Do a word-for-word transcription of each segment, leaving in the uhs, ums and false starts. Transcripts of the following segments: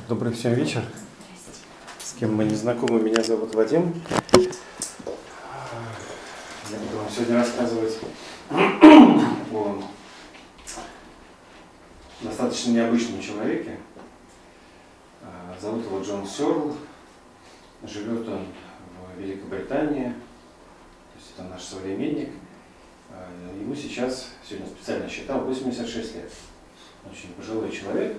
Добрый всем вечер. С кем мы не знакомы, меня зовут Вадим. Я буду вам сегодня рассказывать о достаточно необычном человеке. Зовут его Джон Сёрл. Живет он в Великобритании. То есть это наш современник. Ему сейчас, сегодня специально считал, восемьдесят шесть лет. Очень пожилой человек.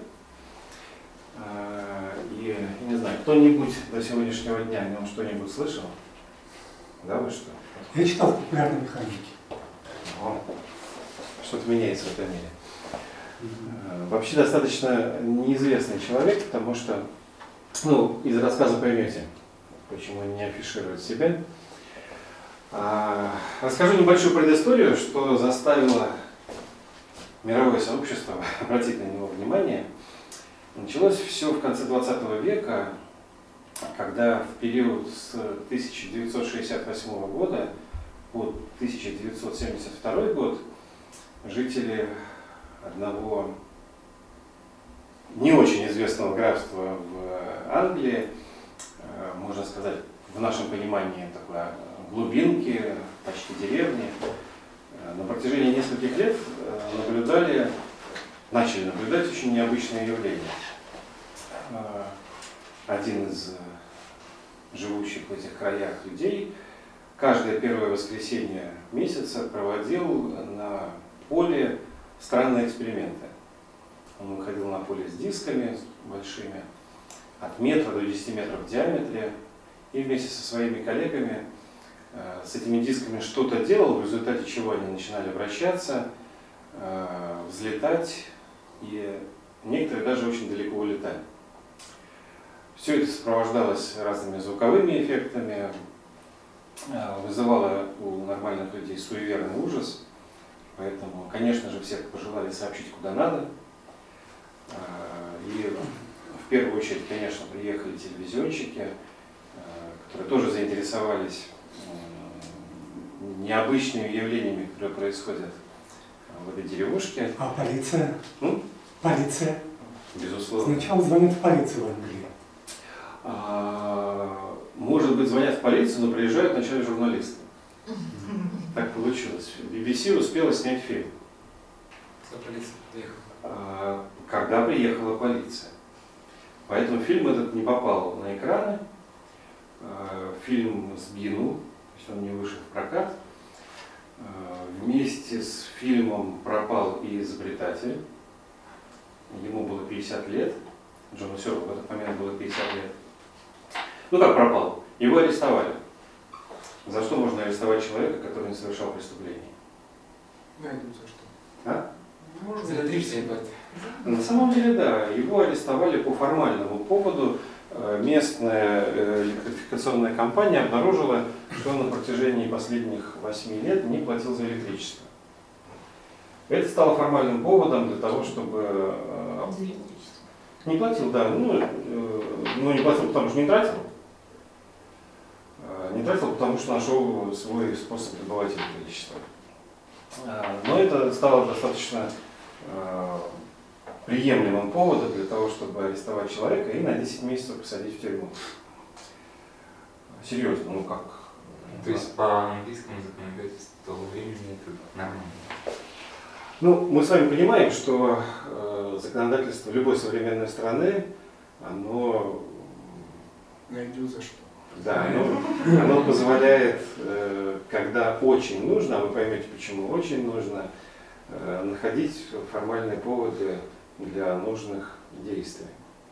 И, не знаю, кто-нибудь до сегодняшнего дня о нем что-нибудь слышал? Да, вы что? Я читал популярные механики. О, что-то меняется в этом мире. Mm-hmm. Вообще достаточно неизвестный человек, потому что, ну, из рассказа поймете, почему он не афиширует себя. А, расскажу небольшую предысторию, что заставило мировое сообщество обратить на него внимание. Началось все в конце двадцатого века, когда в период с тысяча девятьсот шестьдесят восьмого года по тысяча девятьсот семьдесят второй год жители одного не очень известного графства в Англии, можно сказать, в нашем понимании такой глубинки, почти деревни, на протяжении нескольких лет наблюдали, начали наблюдать очень необычные явления. Один из живущих в этих краях людей каждое первое воскресенье месяца проводил на поле странные эксперименты. Он выходил на поле с дисками большими, от метра до десяти метров в диаметре, и вместе со своими коллегами с этими дисками что-то делал, в результате чего они начинали вращаться, взлетать, и некоторые даже очень далеко улетали. Все это сопровождалось разными звуковыми эффектами, вызывало у нормальных людей суеверный ужас, поэтому, конечно же, все пожелали сообщить, куда надо. И в первую очередь, конечно, приехали телевизионщики, которые тоже заинтересовались необычными явлениями, которые происходят в этой деревушке. А полиция? Ну? Полиция? Безусловно. Сначала звонят в полицию в Англии. А, может быть, звонят в полицию, но приезжают вначале журналисты. Так получилось. би би си успела снять фильм. Когда полиция приехала? А, когда приехала полиция. Поэтому фильм этот не попал на экраны. А, фильм сгинул, то есть он не вышел в прокат. А, вместе с фильмом пропал и изобретатель. Ему было пятьдесят лет. Джону Сёрлу в этот момент было пятьдесят лет. Ну как пропал? Его арестовали. За что можно арестовать человека, который не совершал преступлений? Найдут за что. А? Можно за электричество платить. На самом деле, да. Его арестовали по формальному поводу. Местная электрификационная компания обнаружила, что он на протяжении последних восьми лет не платил за электричество. Это стало формальным поводом для того, чтобы... Не платил, да. Ну, ну, не платил, потому что не тратил. Не тратил, потому что нашел свой способ добывать электричество. Но это стало достаточно приемлемым поводом для того, чтобы арестовать человека и на десять месяцев посадить в тюрьму. Серьезно, ну как? То есть по английскому законодательству того времени это нормально? Ну, мы с вами понимаем, что э, законодательство любой современной страны, оно... Найдут за что. Да, оно, оно позволяет, э, когда очень нужно, а вы поймете, почему очень нужно, э, находить формальные поводы для нужных действий.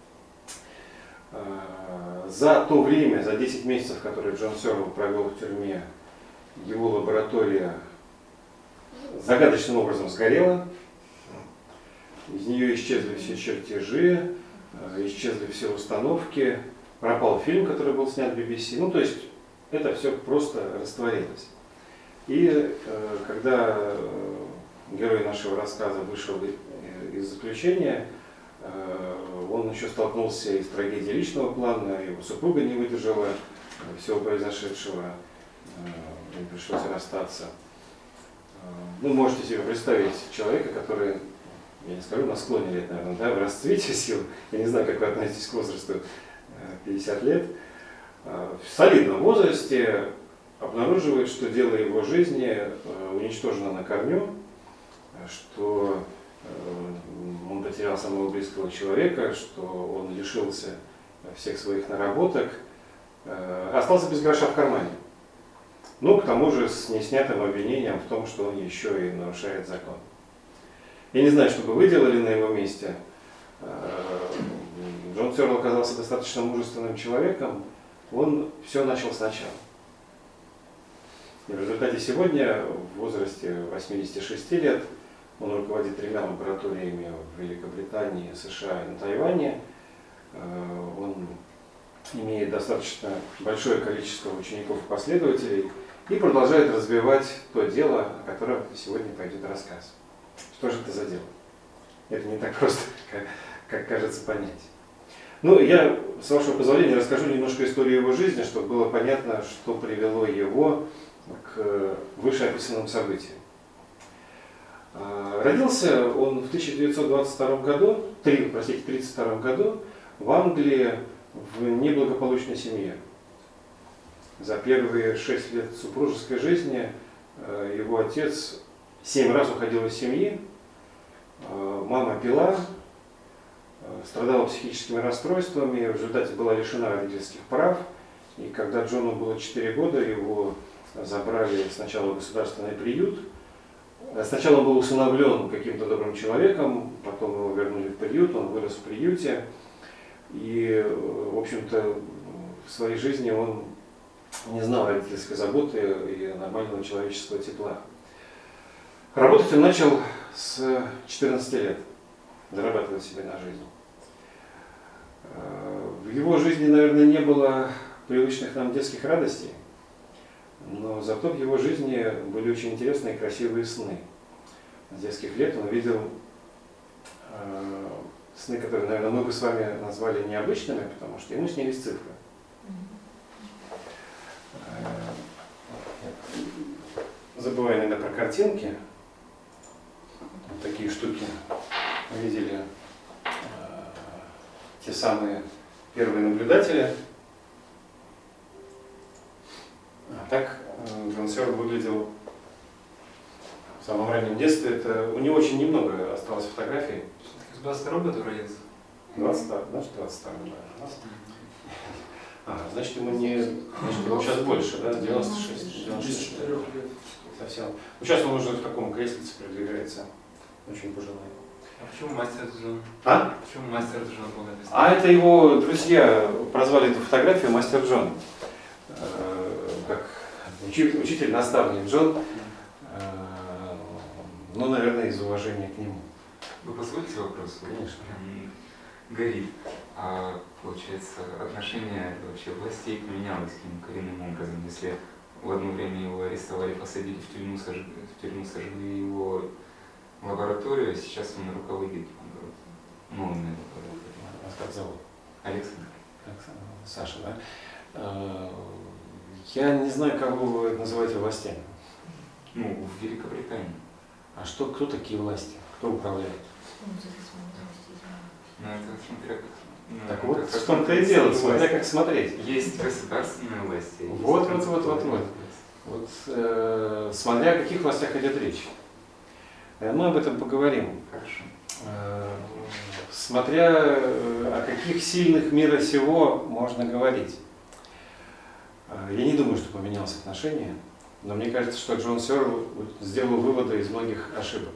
Э, за то время, за десять месяцев, которые Джон Сёрл провел в тюрьме, его лаборатория загадочным образом сгорела, из нее исчезли все чертежи, исчезли все установки, пропал фильм, который был снят в би би си, ну то есть это все просто растворилось. И э, когда э, герой нашего рассказа вышел из заключения, э, он еще столкнулся и с трагедией личного плана, его супруга не выдержала всего произошедшего, э, им пришлось расстаться. Вы можете себе представить человека, который я не скажу на склоне лет, наверное, да, в расцвете сил, я не знаю, как вы относитесь к возрасту пятьдесят лет, в солидном возрасте обнаруживает, что дело его жизни уничтожено на корню, что он потерял самого близкого человека, что он лишился всех своих наработок, остался без гроша в кармане. Ну, к тому же с неснятым обвинением в том, что он еще и нарушает закон. Я не знаю, что бы вы делали на его месте. Джон Сёрл оказался достаточно мужественным человеком, он все начал сначала. И в результате сегодня, в возрасте восьмидесяти шести лет, он руководит тремя лабораториями в Великобритании, США и на Тайване. Он имеет достаточно большое количество учеников и последователей и продолжает развивать то дело, о котором сегодня пойдет рассказ. Что же это за дело? Это не так просто, как, как кажется, понять. Ну, я, с вашего позволения, расскажу немножко историю его жизни, чтобы было понятно, что привело его к вышеописанным событиям. Родился он в тысяча девятьсот двадцать втором году, три, простите, тридцать втором году в Англии в неблагополучной семье. За первые шесть лет супружеской жизни его отец семь раз уходил из семьи, мама пила, страдала психическими расстройствами, в результате была лишена родительских прав. И когда Джону было четыре года, его забрали сначала в государственный приют. Сначала он был усыновлен каким-то добрым человеком, потом его вернули в приют, он вырос в приюте. И, в общем-то, в своей жизни он не знал родительской заботы и нормального человеческого тепла. Работать он начал с четырнадцати лет, зарабатывать себе на жизнь. В его жизни, наверное, не было привычных нам детских радостей, но зато в его жизни были очень интересные и красивые сны. С детских лет он видел э, сны, которые, наверное, мы бы с вами назвали необычными, потому что ему снились цифры. Забывая иногда про картинки, вот такие штуки мы видели э, те самые первые наблюдатели. А так э, Джон Сёрл выглядел в самом раннем детстве. Это, у него очень немного осталось фотографий. С двадцать второго года родился? двадцать второго, значит, двадцать второго, да. А, значит, ему не, значит, ему сейчас больше, да, девяносто шесть, девяносто шесть. Совсем. Ну, сейчас он уже в таком креслице продвигается, очень пожилой. А почему мастер Джон? А? Почему мастер Джон был написан? А это его друзья прозвали эту фотографию мастер Джон. Как учитель, наставник Джон. Ну, наверное, из уважения к нему. Вы позволите вопрос? Конечно. Горит. А получается, отношение вообще властей поменялось к нему коренным образом. Если в одно время его арестовали, посадили в тюрьму, сожгли, в тюрьму сожгли его лабораторию, а сейчас он руководит новыми лабораториями. Вас как зовут? Александр. Саша, да? Я не знаю, кого вы называете властями. Ну, в Великобритании. А что, кто такие власти? Кто управляет? Ну, это смотря как... Ну, Так вот, как, в том-то и дело, смотря как смотреть. Есть государственные власти. Есть Вот, вот, вот, вот, вот. Вот, э, смотря о каких властях идет речь. Мы об этом поговорим. Хорошо. Э, смотря э, о каких сильных мира сего можно говорить. Э, я не думаю, что поменялось отношение, но мне кажется, что Джон Сёрл сделал выводы из многих ошибок.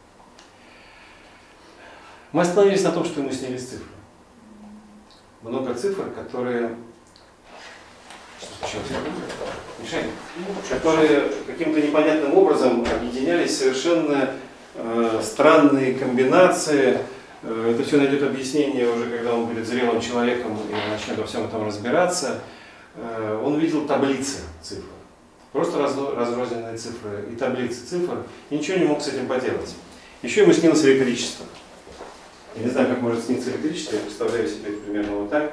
Мы остановились на том, что ему снились цифры. Много цифр, которые, что случилось? Мишень, которые каким-то непонятным образом объединялись в совершенно э, странные комбинации. Э, это все найдет объяснение уже, когда он будет зрелым человеком и начнет во всем этом разбираться. Э, он видел таблицы цифр. Просто разно, разрозненные цифры и таблицы цифр, и ничего не мог с этим поделать. Еще ему снилось электричество. Я не знаю, как может сниться электричество, я представляю себе это примерно вот так.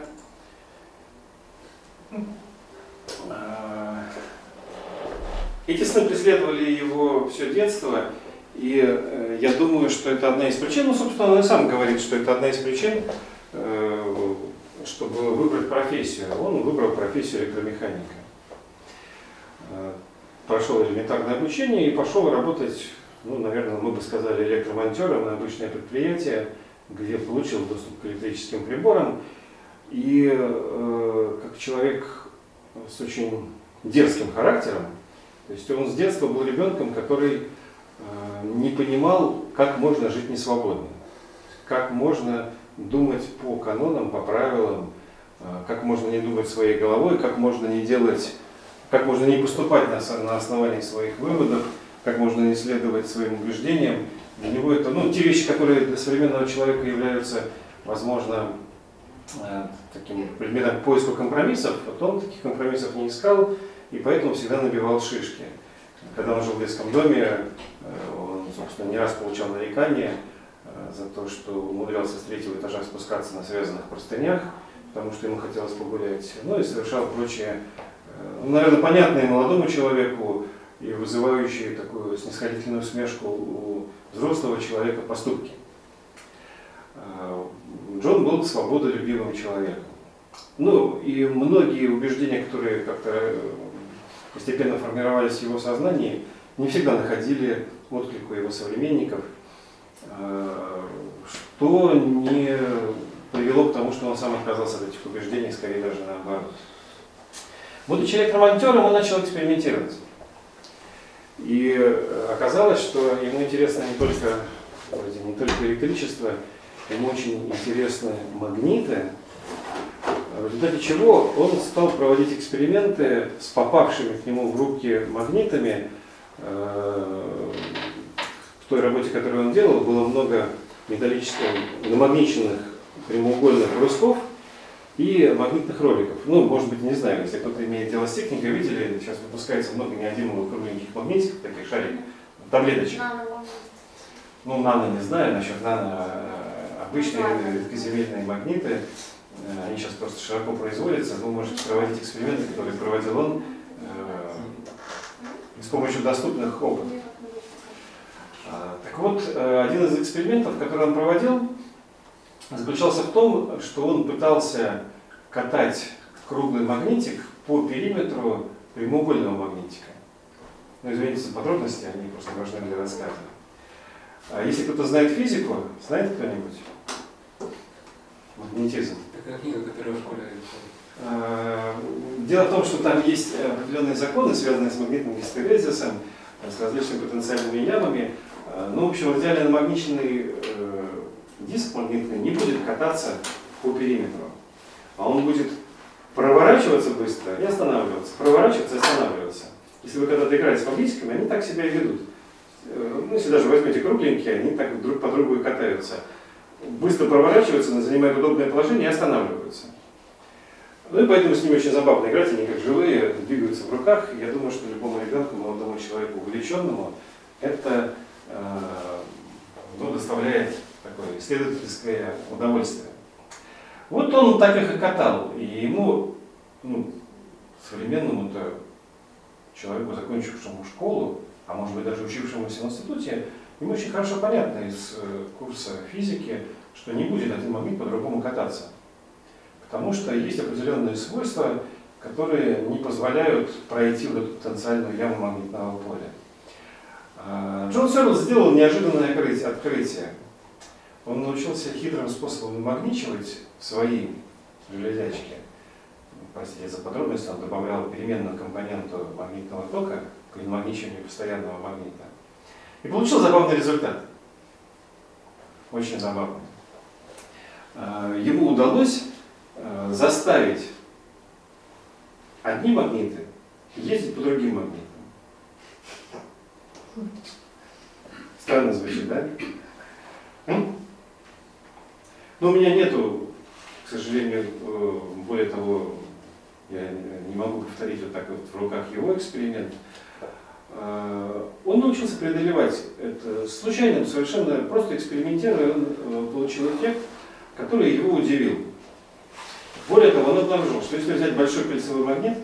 Эти сны преследовали его все детство, И э, я думаю, что это одна из причин, ну, собственно, он и сам говорит, что это одна из причин, э, чтобы выбрать профессию. Он выбрал профессию электромеханика. Э, прошел элементарное обучение и пошел работать, ну, наверное, мы бы сказали, электромонтером на обычное предприятие, где получил доступ к электрическим приборам. И э, как человек с очень дерзким характером, то есть он с детства был ребенком, который э, не понимал, как можно жить несвободно, как можно думать по канонам, по правилам, э, как можно не думать своей головой, как можно не делать, как можно не поступать на, на основании своих выводов, как можно не следовать своим убеждениям. Для него это, ну, те вещи, которые для современного человека являются, возможно, э, таким предметом поиска компромиссов, вот он таких компромиссов не искал, и поэтому всегда набивал шишки. Когда он жил в детском доме, он, собственно, не раз получал нарекания за то, что умудрялся с третьего этажа спускаться на связанных простынях, потому что ему хотелось погулять, ну и совершал прочие, ну, наверное, понятные молодому человеку и вызывающие такую снисходительную усмешку у взрослого человека поступки. Джон был свободолюбивым человеком. Ну и многие убеждения, которые как-то постепенно формировались в его сознании, не всегда находили отклик у его современников, что не привело к тому, что он сам отказался от этих убеждений, скорее даже наоборот. Будучи электромонтером, он начал экспериментировать. И оказалось, что ему интересно не только, вроде, не только электричество, ему очень интересны магниты, в результате чего он стал проводить эксперименты с попавшими к нему в руки магнитами. В той работе, которую он делал, было много металлических, намагниченных прямоугольных брусков и магнитных роликов. Ну, может быть, не знаю, если кто-то имеет дело с техникой, видели, сейчас выпускается много неодимовых кругленьких магнитиков, таких шариков, таблеточек. Ну, нано не знаю, насчет нано обычные редкоземельные магниты. Они сейчас просто широко производятся. Вы можете проводить эксперименты, которые проводил он, э, с помощью доступных опытов. А, так вот, один из экспериментов, который он проводил, заключался в том, что он пытался катать круглый магнитик по периметру прямоугольного магнитика. Ну, извините за подробности, они просто важны для рассказа. А если кто-то знает физику, знает кто-нибудь? Магнетизм. Такая книга, которую в школе Дело в том, что там есть определенные законы, связанные с магнитным гистерезисом, с различными потенциальными ямами. Ну, в общем, радиально намагниченный диск магнитный не будет кататься по периметру, а он будет проворачиваться быстро и останавливаться, проворачиваться и останавливаться. Если вы когда-то играете с магнитиками, они так себя и ведут. Ну, если даже возьмете кругленькие, они так друг по другу и катаются. Быстро проворачиваются, занимают удобное положение и останавливаются. Ну и поэтому с ними очень забавно играть, они как живые, двигаются в руках. Я думаю, что любому ребенку, молодому человеку, увлеченному, это э, ну, доставляет такое исследовательское удовольствие. Вот он так их и катал. И ему, ну, современному-то человеку, закончившему школу, а может быть даже учившемуся в институте, ему очень хорошо понятно из курса физики, что не будет один магнит по-другому кататься. Потому что есть определенные свойства, которые не позволяют пройти вот эту потенциальную яму магнитного поля. Джон Сёрл сделал неожиданное открытие. Он научился хитрым способом намагничивать свои железячки. Простите за подробности, он добавлял переменную компоненту магнитного тока к намагничиванию постоянного магнита. И получил забавный результат. Очень забавный. Ему удалось заставить одни магниты ездить по другим магнитам. Странно звучит, да? Но у меня нету, к сожалению, более того, я не могу повторить вот так вот в руках его эксперимент. Он научился преодолевать это случайно, совершенно просто экспериментируя, он получил эффект, который его удивил. Более того, он обнаружил, что если взять большой кольцевой магнит,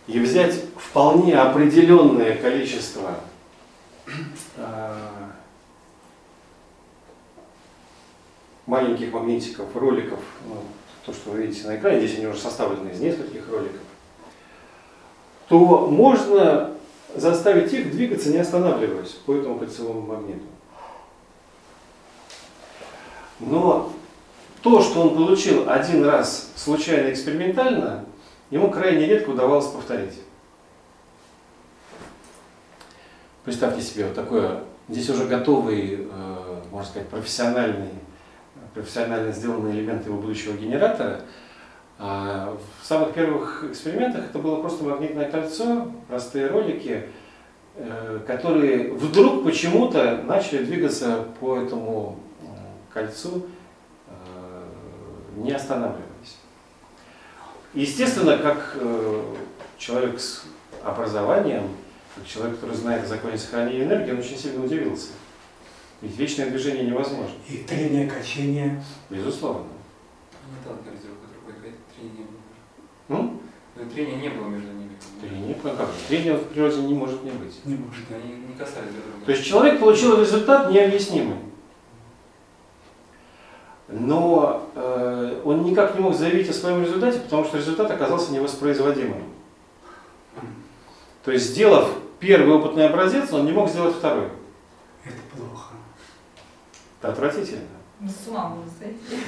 и взять вполне определенное количество э, маленьких магнитиков, роликов, ну, то, что вы видите на экране, здесь они уже составлены из нескольких роликов, то можно заставить их двигаться, не останавливаясь по этому кольцевому магниту. Но то, что он получил один раз случайно экспериментально, ему крайне редко удавалось повторить. Представьте себе вот такое, здесь уже готовый, э, можно сказать, профессиональный, профессионально сделанный элемент его будущего генератора. А в самых первых экспериментах это было просто магнитное кольцо, простые ролики, э, которые вдруг почему-то начали двигаться по этому кольцу, э, не останавливаясь. Естественно, как э, человек с образованием, как человек, который знает о законе сохранения энергии, он очень сильно удивился. Ведь вечное движение невозможно. И трение, качение. Безусловно. Не тот друг другой, трения не было. Ну? Но трения не было между ними. Трения не было. Как? Трения в природе не может не быть. Не может. Они не касались друг друга. То есть человек получил результат необъяснимый. Но э, он никак не мог заявить о своем результате, потому что результат оказался невоспроизводимым. То есть, сделав первый опытный образец, он не мог сделать второй. Это плохо. Это отвратительно. С ума можно сойти.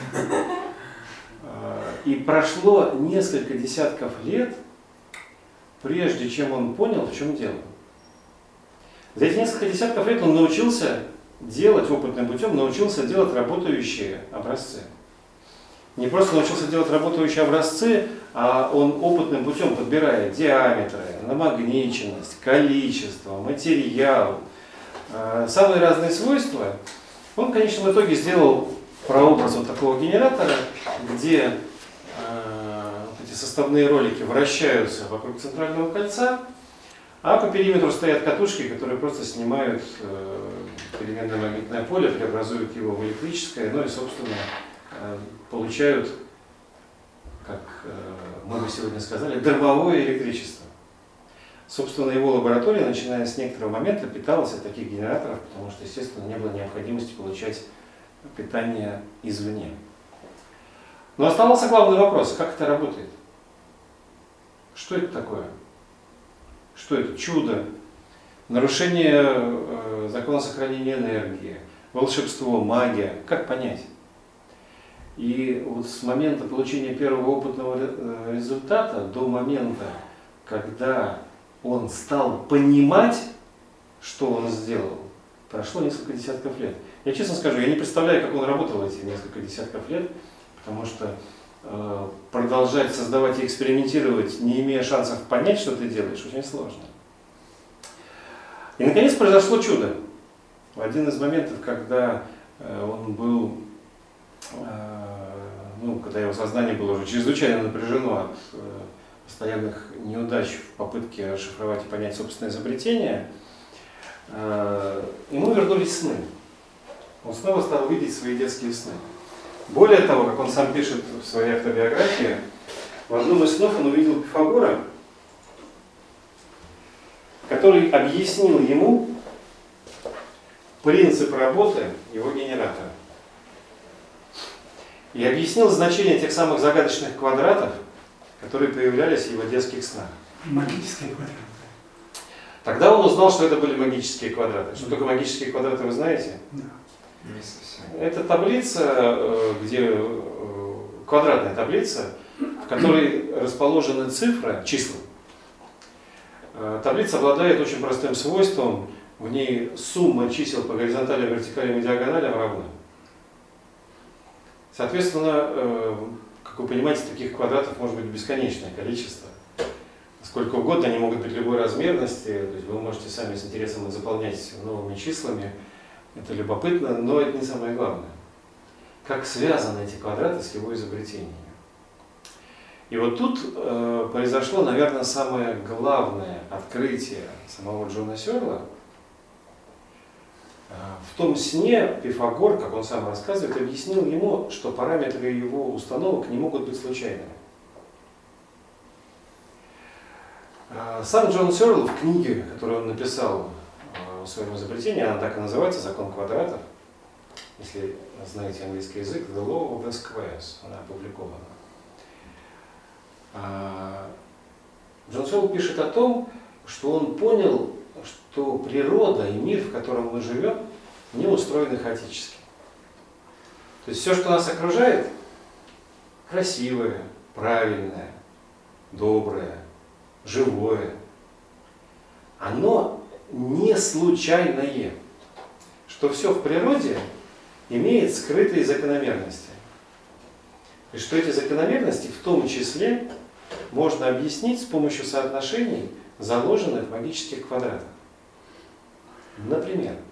И прошло несколько десятков лет, прежде чем он понял, в чем дело. За эти несколько десятков лет он научился делать опытным путем, научился делать работающие образцы. Не просто научился делать работающие образцы, а он опытным путем подбирает диаметры, намагниченность, количество, материал, самые разные свойства. Он в конечном итоге сделал прообраз вот такого генератора, где э, вот эти составные ролики вращаются вокруг центрального кольца, а по периметру стоят катушки, которые просто снимают э, переменное магнитное поле, преобразуют его в электрическое, ну и, собственно, э, получают, как э, мы бы сегодня сказали, дармовое электричество. Собственно, его лаборатория, начиная с некоторого момента, питалась от таких генераторов, потому что, естественно, не было необходимости получать питание извне. Но оставался главный вопрос, как это работает? Что это такое? Что это? Чудо, нарушение э, закона сохранения энергии, волшебство, магия. Как понять? И вот с момента получения первого опытного результата до момента, когда он стал понимать, что он сделал, прошло несколько десятков лет. Я честно скажу, я не представляю, как он работал эти несколько десятков лет, потому что э, продолжать создавать и экспериментировать, не имея шансов понять, что ты делаешь, очень сложно. И наконец произошло чудо. В один из моментов, когда э, он был, э, ну, когда его сознание было уже чрезвычайно напряжено от э, постоянных неудач в попытке расшифровать и понять собственное изобретение, э, ему вернулись сны. Он снова стал видеть свои детские сны. Более того, как он сам пишет в своей автобиографии, в одном из снов он увидел Пифагора, который объяснил ему принцип работы его генератора. И объяснил значение тех самых загадочных квадратов, которые появлялись в его детских снах. Магические квадраты. Тогда он узнал, что это были магические квадраты. Что такое магические квадраты, вы знаете? Да. Не совсем. Это таблица, где квадратная таблица, в которой расположены цифры, числа. Таблица обладает очень простым свойством, в ней сумма чисел по горизонтали, вертикалям и диагоналям равна. Соответственно, как вы понимаете, таких квадратов может быть бесконечное количество. Сколько угодно, они могут быть любой размерности, то есть вы можете сами с интересом их заполнять новыми числами. Это любопытно, но это не самое главное. Как связаны эти квадраты с его изобретениями. И вот тут э, произошло, наверное, самое главное открытие самого Джона Сёрла. Э, в том сне Пифагор, как он сам рассказывает, объяснил ему, что параметры его установок не могут быть случайными. Сам Джон Сёрл в книге, которую он написал в своем изобретении, она так и называется «Закон квадратов», если знаете английский язык, «The Law of the Squares», она опубликована. Джон Сёрл пишет о том, что он понял, что природа и мир, в котором мы живем, не устроены хаотически. То есть все, что нас окружает, красивое, правильное, доброе, живое, оно не случайное. Что все в природе имеет скрытые закономерности. И что эти закономерности в том числе можно объяснить с помощью соотношений, заложенных в магических квадратах. Например,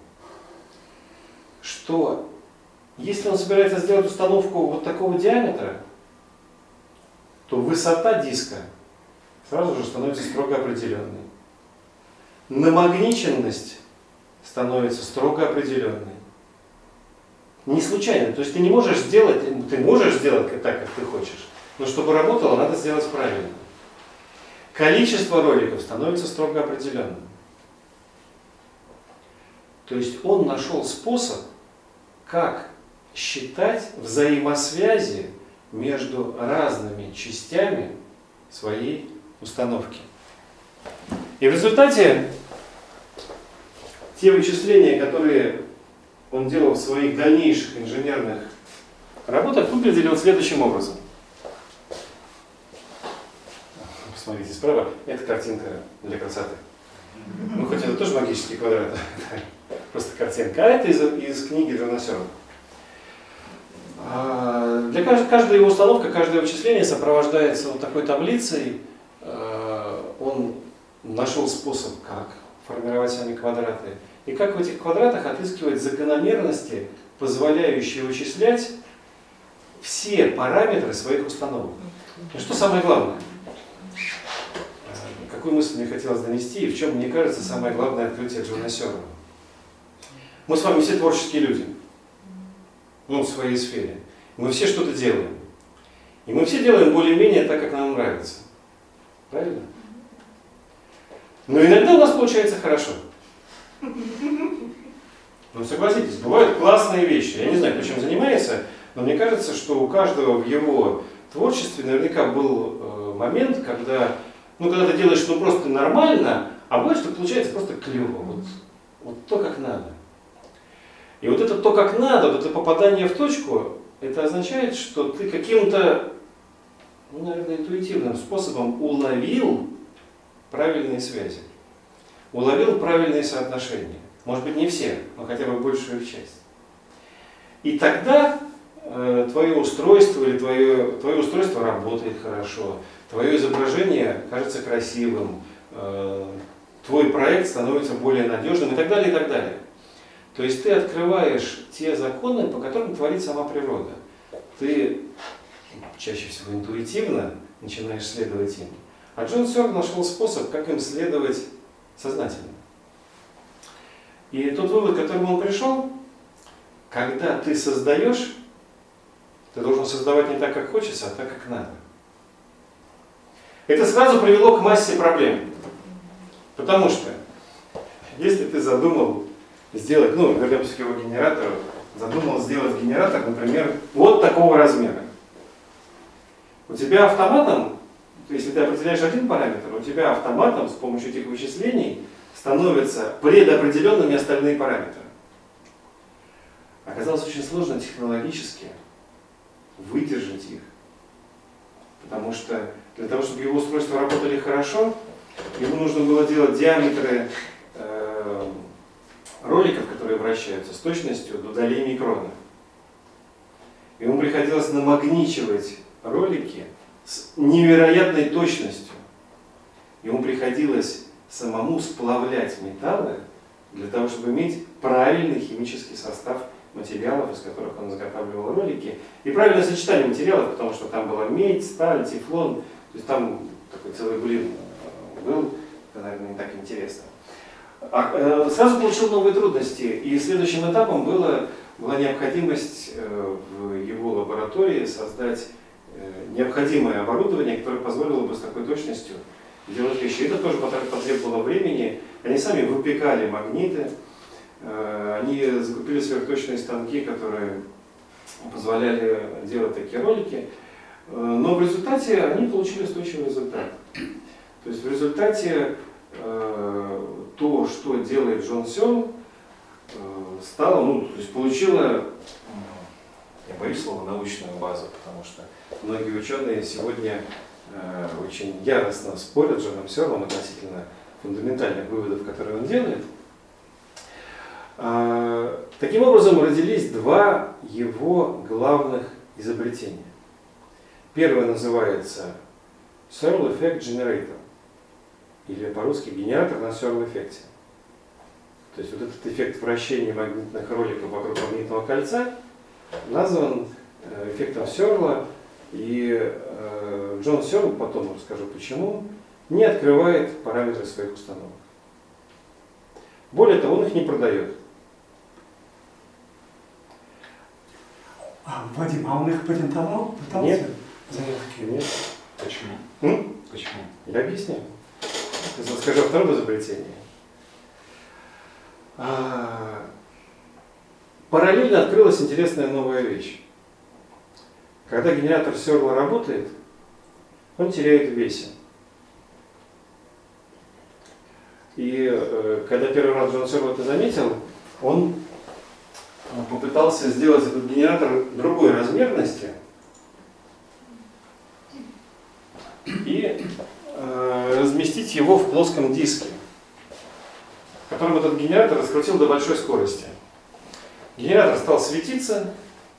что если он собирается сделать установку вот такого диаметра, то высота диска сразу же становится строго определенной. Намагниченность становится строго определенной. Не случайно. То есть ты не можешь сделать, ты можешь сделать так, как ты хочешь, но чтобы работало, надо сделать правильно. Количество роликов становится строго определенным. То есть он нашел способ, как считать взаимосвязи между разными частями своей установки. И в результате те вычисления, которые он делал в своих дальнейших инженерных работах, выглядели вот следующим образом. Посмотрите справа, это картинка для красоты. Ну, хоть это тоже магический квадрат, просто картинка. А это из, из книги Джона Сёрла. Для каждой, каждая его установка, каждое вычисление сопровождается вот такой таблицей. Он нашел способ, как формировать сами квадраты. И как в этих квадратах отыскивать закономерности, позволяющие вычислять все параметры своих установок. И что самое главное? Какую мысль мне хотелось донести, и в чем, мне кажется, самое главное открытие Джона Сёрла. Мы с вами все творческие люди. Ну, в своей сфере. Мы все что-то делаем. И мы все делаем более-менее так, как нам нравится. Правильно? Но иногда у нас получается хорошо. Ну, согласитесь, бывают классные вещи. Я не знаю, кто чем занимается, но мне кажется, что у каждого в его творчестве наверняка был э, момент, когда, ну, когда ты делаешь ну, просто нормально, а бывает, что получается просто клево. Вот, вот то, как надо. И вот это то, как надо, вот это попадание в точку, это означает, что ты каким-то, ну, наверное, интуитивным способом уловил правильные связи, уловил правильные соотношения. Может быть, не все, но хотя бы большую их часть. И тогда э, твое устройство или твое, твое устройство работает хорошо, твое изображение кажется красивым, э, твой проект становится более надежным и так далее, и так далее. То есть ты открываешь те законы, по которым творит сама природа. Ты чаще всего интуитивно начинаешь следовать им. А Джон Сёрл нашел способ, как им следовать сознательно. И тот вывод, к которому он пришел, когда ты создаешь, ты должен создавать не так, как хочется, а так, как надо. Это сразу привело к массе проблем. Потому что, если ты задумал сделать, ну, вернемся к его генератору, задумал сделать генератор, например, вот такого размера. У тебя автоматом, если ты определяешь один параметр, у тебя автоматом с помощью этих вычислений становятся предопределенными остальные параметры. Оказалось очень сложно технологически выдержать их. Потому что для того, чтобы его устройства работали хорошо, ему нужно было делать диаметры э, роликов, которые вращаются, с точностью до долей микрона. Ему приходилось намагничивать ролики с невероятной точностью. Ему приходилось самому сплавлять металлы для того, чтобы иметь правильный химический состав материалов, из которых он изготавливал ролики, и правильное сочетание материалов, потому что там была медь, сталь, тефлон, то есть там такой целый блин был, это, наверное, не так интересно. А, э, сразу получил новые трудности, и следующим этапом было, была необходимость э, в его лаборатории создать э, необходимое оборудование, которое позволило бы с такой точностью делать вещи. Это тоже потребовало времени. Они сами выпекали магниты, они закупили сверхточные станки, которые позволяли делать такие ролики. Но в результате они получили устойчивый результат. То есть в результате то, что делает Джон Сёрл, стало, ну, то есть получила, я боюсь слова, научную базу, потому что многие ученые сегодня э, очень яростно спорят с Джоном Сёрлом относительно фундаментальных выводов, которые он делает. Э, таким образом родились два его главных изобретения. Первое называется Searle Effect Generator, или по-русски генератор на Searle-эффекте. То есть вот этот эффект вращения магнитных роликов вокруг магнитного кольца назван эффектом Сёрла, и э, Джон Сёрл, потом расскажу почему, не открывает параметры своих установок. Более того, он их не продает. А, Вадим, а он их патентовал? Пытался? Нет. Заявки? Нет. Почему? М? Почему? Я объясню. Скажу о втором изобретении. А, параллельно открылась интересная новая вещь. Когда генератор Сёрла работает, он теряет в весе. И э, когда первый раз Джон Сёрл это заметил, он попытался сделать этот генератор другой размерности и э, разместить его в плоском диске, которым этот генератор раскрутил до большой скорости. Генератор стал светиться,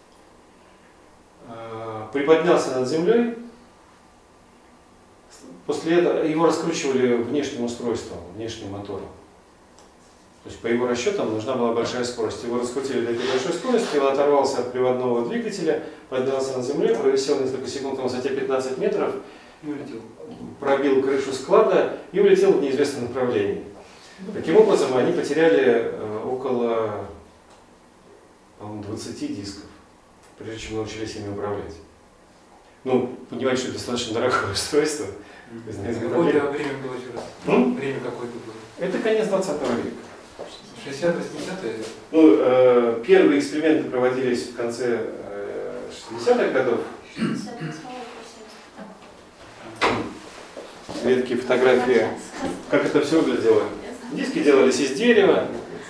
э, приподнялся над землей. После этого его раскручивали внешним устройством, внешним мотором. То есть по его расчетам нужна была большая скорость. Его раскрутили до этой большой скорости, он оторвался от приводного двигателя, поднялся над землей, провисел несколько секунд на высоте пятнадцать метров, И улетел. пробил крышу склада и улетел в неизвестном направлении. Таким образом, они потеряли э, около, по-моему, двадцати дисков, прежде чем научились ими управлять. Ну, понимаете, что это достаточно дорогое устройство. Какое-то время было еще раз. М? Время какое-то было. Это конец двадцатого века. шестьдесят-восьмидесятые? Ну, э, первые эксперименты проводились в конце э, шестидесятых годов. Две такие фотографии, как это все выглядело. Диски делались из дерева.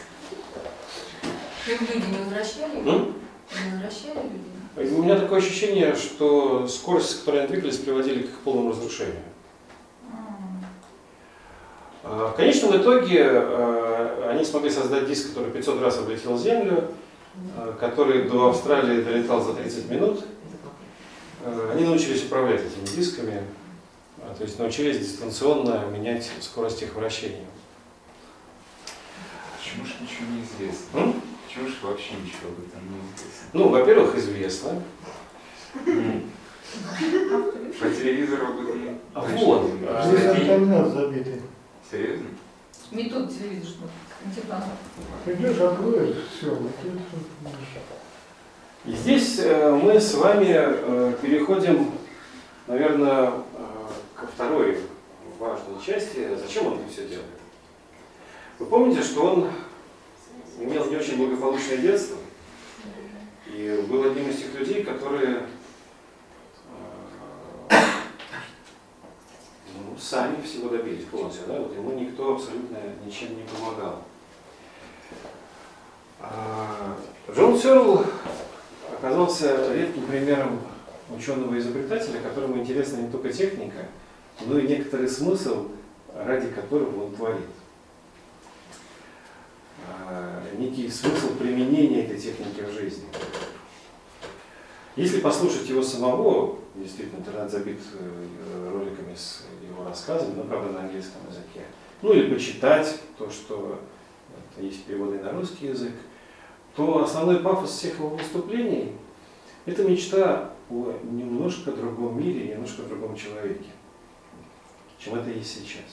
Им люди не возвращали? М? Не возвращали люди? У меня такое ощущение, что скорость, с которой они двигались, приводили к их полному разрушению. В конечном итоге э, они смогли создать диск, который пятьсот раз облетел Землю, э, который до Австралии долетал за тридцать минут. Э, они научились управлять этими дисками, э, то есть научились дистанционно менять скорость их вращения. Почему же ничего не известно? М? Почему же вообще ничего об этом не известно? Ну, во-первых, известно. Ну, по телевизору об этом не А раньше вот, не а, было. Здесь интернет забитый. Серьезно? Метод телевизор смотрит. Интересно. Идешь, откроешь, все, вот это вот. И здесь э, мы с вами э, переходим, наверное, э, ко второй важной части. Зачем он это все делает? Вы помните, что он имел не очень благополучное детство и был одним из тех людей, которые э, ну, сами всего добились полностью. Да? Вот ему никто абсолютно ничем не помогал. А Джон Сёрл оказался редким примером ученого-изобретателя, которому интересна не только техника, но и некоторый смысл, ради которого он творит. Некий смысл применения этой техники в жизни. Если послушать его самого, действительно, интернет забит роликами с его рассказами, но, правда, на английском языке, ну или почитать то, что есть переводы на русский язык, то основной пафос всех его выступлений – это мечта о немножко другом мире, немножко другом человеке, чем это есть сейчас.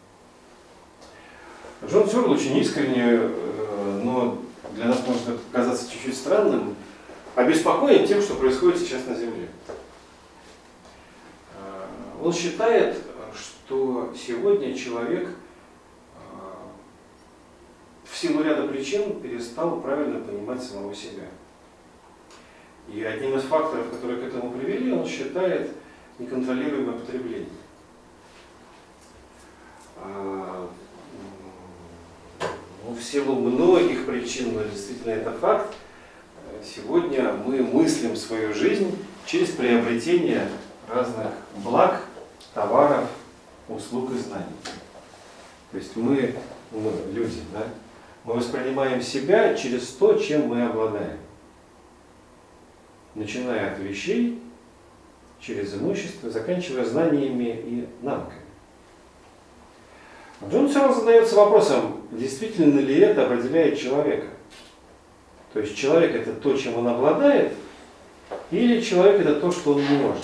Джон Сёрл очень искренне, но для нас может это показаться чуть-чуть странным, обеспокоен тем, что происходит сейчас на Земле. Он считает, что сегодня человек в силу ряда причин перестал правильно понимать самого себя. И одним из факторов, которые к этому привели, он считает неконтролируемое потребление. Ну, в силу многих причин, но действительно это факт, сегодня мы мыслим свою жизнь через приобретение разных благ, товаров, услуг и знаний. То есть мы, мы люди, да, мы воспринимаем себя через то, чем мы обладаем. Начиная от вещей, через имущество, заканчивая знаниями и навыками. Джон Сёрл задается вопросом, действительно ли это определяет человека. То есть человек это то, чем он обладает, или человек это то, что он не может.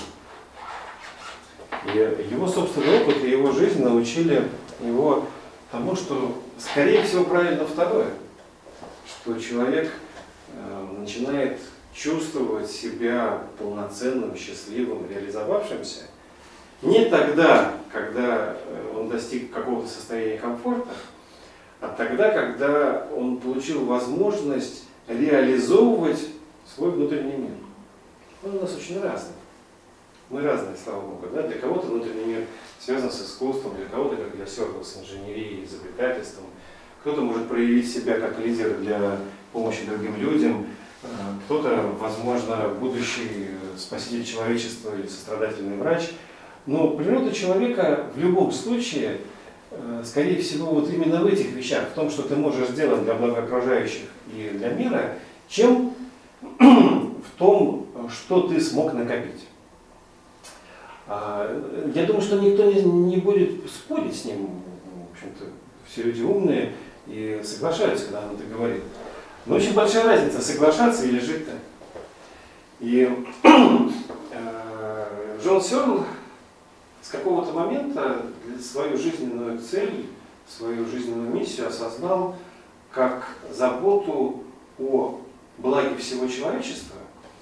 И его собственный опыт и его жизнь научили его тому, что скорее всего правильно второе, что человек э, начинает чувствовать себя полноценным, счастливым, реализовавшимся не тогда, когда он достиг какого-то состояния комфорта, а тогда, когда он получил возможность реализовывать свой внутренний мир. Он у нас очень разный. Мы разные, слава Богу. Да? Для кого-то внутренний мир связан с искусством, для кого-то, как для Сёрла, с инженерией, изобретательством. Кто-то может проявить себя как лидер для помощи другим людям. Кто-то, возможно, будущий спаситель человечества или сострадательный врач. Но природа человека в любом случае, скорее всего, вот именно в этих вещах, в том, что ты можешь сделать для блага окружающих и для мира, чем в том, что ты смог накопить. Я думаю, что никто не будет спорить с ним. В общем-то, все люди умные и соглашаются, когда он это говорит. Но очень большая разница, соглашаться или жить так. И э, Джон Сёрл с какого-то момента свою жизненную цель, свою жизненную миссию осознал как заботу о благе всего человечества.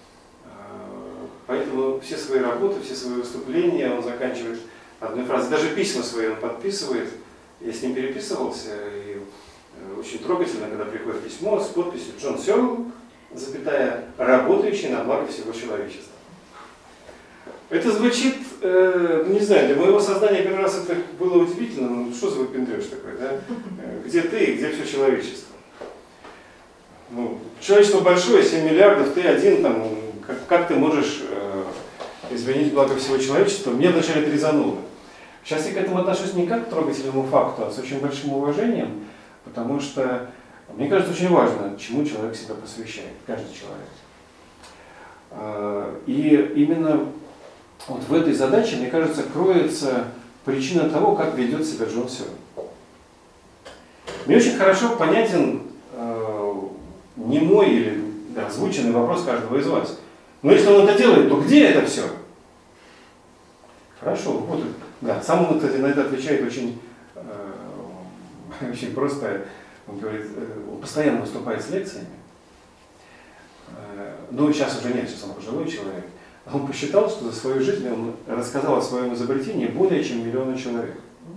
Поэтому все свои работы, все свои выступления он заканчивает одной фразой. Даже письма свои он подписывает. Я с ним переписывался, и очень трогательно, когда приходит письмо с подписью Джон Сёрл, запятая, работающий на благо всего человечества. Это звучит, э, не знаю, для моего сознания первый раз это было удивительно, ну что за выпендрёж такой, да? Где ты и где все человечество? Ну, человечество большое, семь миллиардов, ты один, там, как, как ты можешь э, изменить благо всего человечества? Мне вначале это резануло. Сейчас я к этому отношусь не как к трогательному факту, а с очень большим уважением, потому что мне кажется очень важно, чему человек себя посвящает, каждый человек. И именно вот в этой задаче, мне кажется, кроется причина того, как ведет себя Джон Сёрл. Мне очень хорошо понятен э, немой или да, озвученный вопрос каждого из вас. Но если он это делает, то где это все? Хорошо, вот, да, сам он, кстати, на это отвечает очень, э, очень просто. Он говорит, он постоянно выступает с лекциями, но сейчас уже нет, сейчас он пожилой человек. Он посчитал, что за свою жизнь он рассказал о своем изобретении более чем миллиону человек.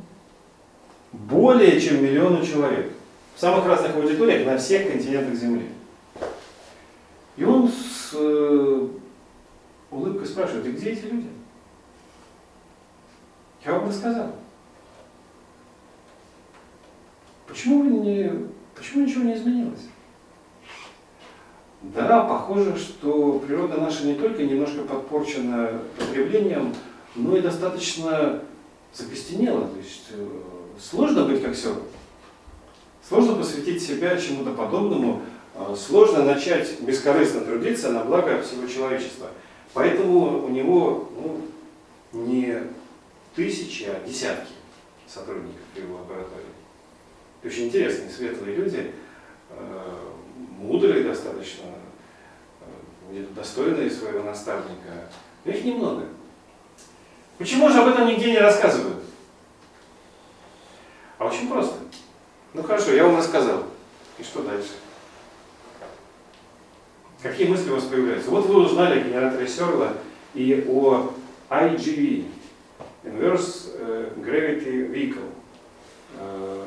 Более чем миллиону человек. В самых разных аудиториях на всех континентах Земли. И он с э, улыбкой спрашивает, и где эти люди? Я вам рассказал. Почему, вы не, почему ничего не изменилось? Да, похоже, что природа наша не только немножко подпорчена потреблением, но и достаточно закостенела. То есть э, сложно быть как Сёрл. Сложно посвятить себя чему-то подобному. Э, сложно начать бескорыстно трудиться на благо всего человечества. Поэтому у него ну, не тысячи, а десятки сотрудников в его лаборатории. Очень интересные, светлые люди, мудрые достаточно, достойные своего наставника. Но их немного. Почему же об этом нигде не рассказывают? А очень просто. Ну хорошо, я вам рассказал. И что дальше? Какие мысли у вас появляются? Вот вы узнали о генераторе Сёрла и о ай джи ви. Inverse э, Gravity Vehicle. Э,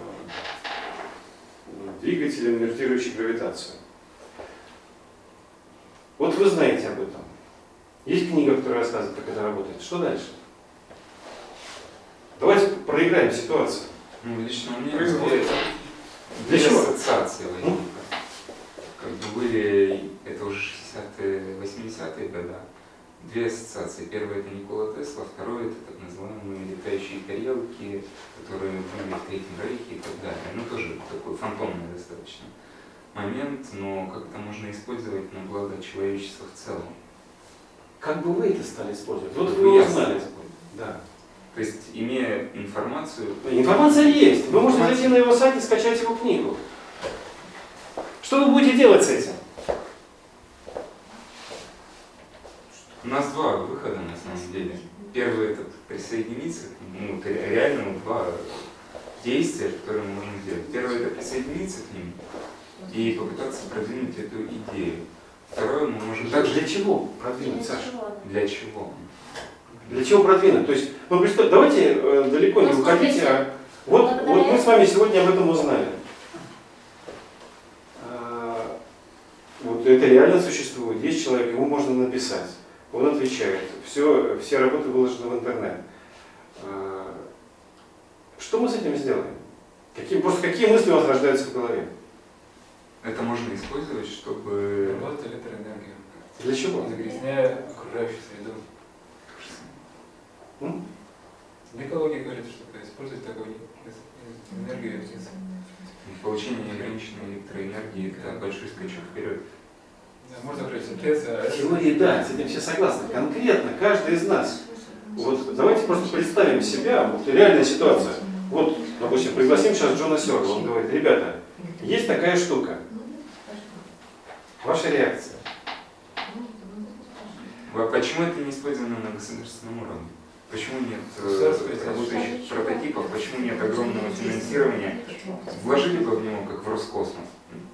двигатель, инвертирующий гравитацию. Вот вы знаете об этом. Есть книга, которая рассказывает, как это работает. Что дальше? Давайте проиграем ситуацию. Ну, лично у меня Производится. две Для чего? ассоциации возникло. Как бы были, это уже шестидесятые, восьмидесятые годы, две ассоциации. Первое это Никола Тесла, второе это так называемые летающие тарелки, которые были в Третьем Рейхе и так далее. Ну тоже такой фантомный достаточно момент, но как-то можно использовать на благо человечества в целом. Как бы вы это стали использовать? Вот Как вы бы я узнали. стал Да. То есть, имея информацию... Информация есть. Вы можете зайти на его сайт и скачать его книгу. Что вы будете делать с этим? У нас два выхода на самом деле. Первый это присоединиться, ну, это реально два действия, которые мы можем сделать. Первое это присоединиться к ним и попытаться продвинуть эту идею. Второе мы можем также... Для чего продвинуть, Саша? Для чего? Для чего продвинуть? То есть, ну, представь, давайте э, далеко не уходите, а вот, вот мы с вами сегодня об этом узнали. А, вот это реально существует. Есть человек, ему можно написать. Он отвечает. Все, все работы выложены в интернет. А, что мы с этим сделаем? Какие, просто какие мысли у вас рождаются в голове? Это можно использовать, чтобы... Работа электроэнергия. Для чего? Загрязняя окружающую среду. М? Экология говорит, что использовать такую энергию. Получение неограниченной электроэнергии это большой скачок вперед. Да, можно говорить синтез, а В теории, да, с этим все согласны. Конкретно, каждый из нас. Вот давайте просто представим себя, вот реальная ситуация. Вот, допустим, пригласим сейчас Джона Сёрла, он говорит: ребята, есть такая штука. Ваша реакция. А почему это не использовано на государственном уровне? Почему нет э, Государство работающих прототипов? Почему нет огромного финансирования? Вложили бы в него, как в Роскосмос.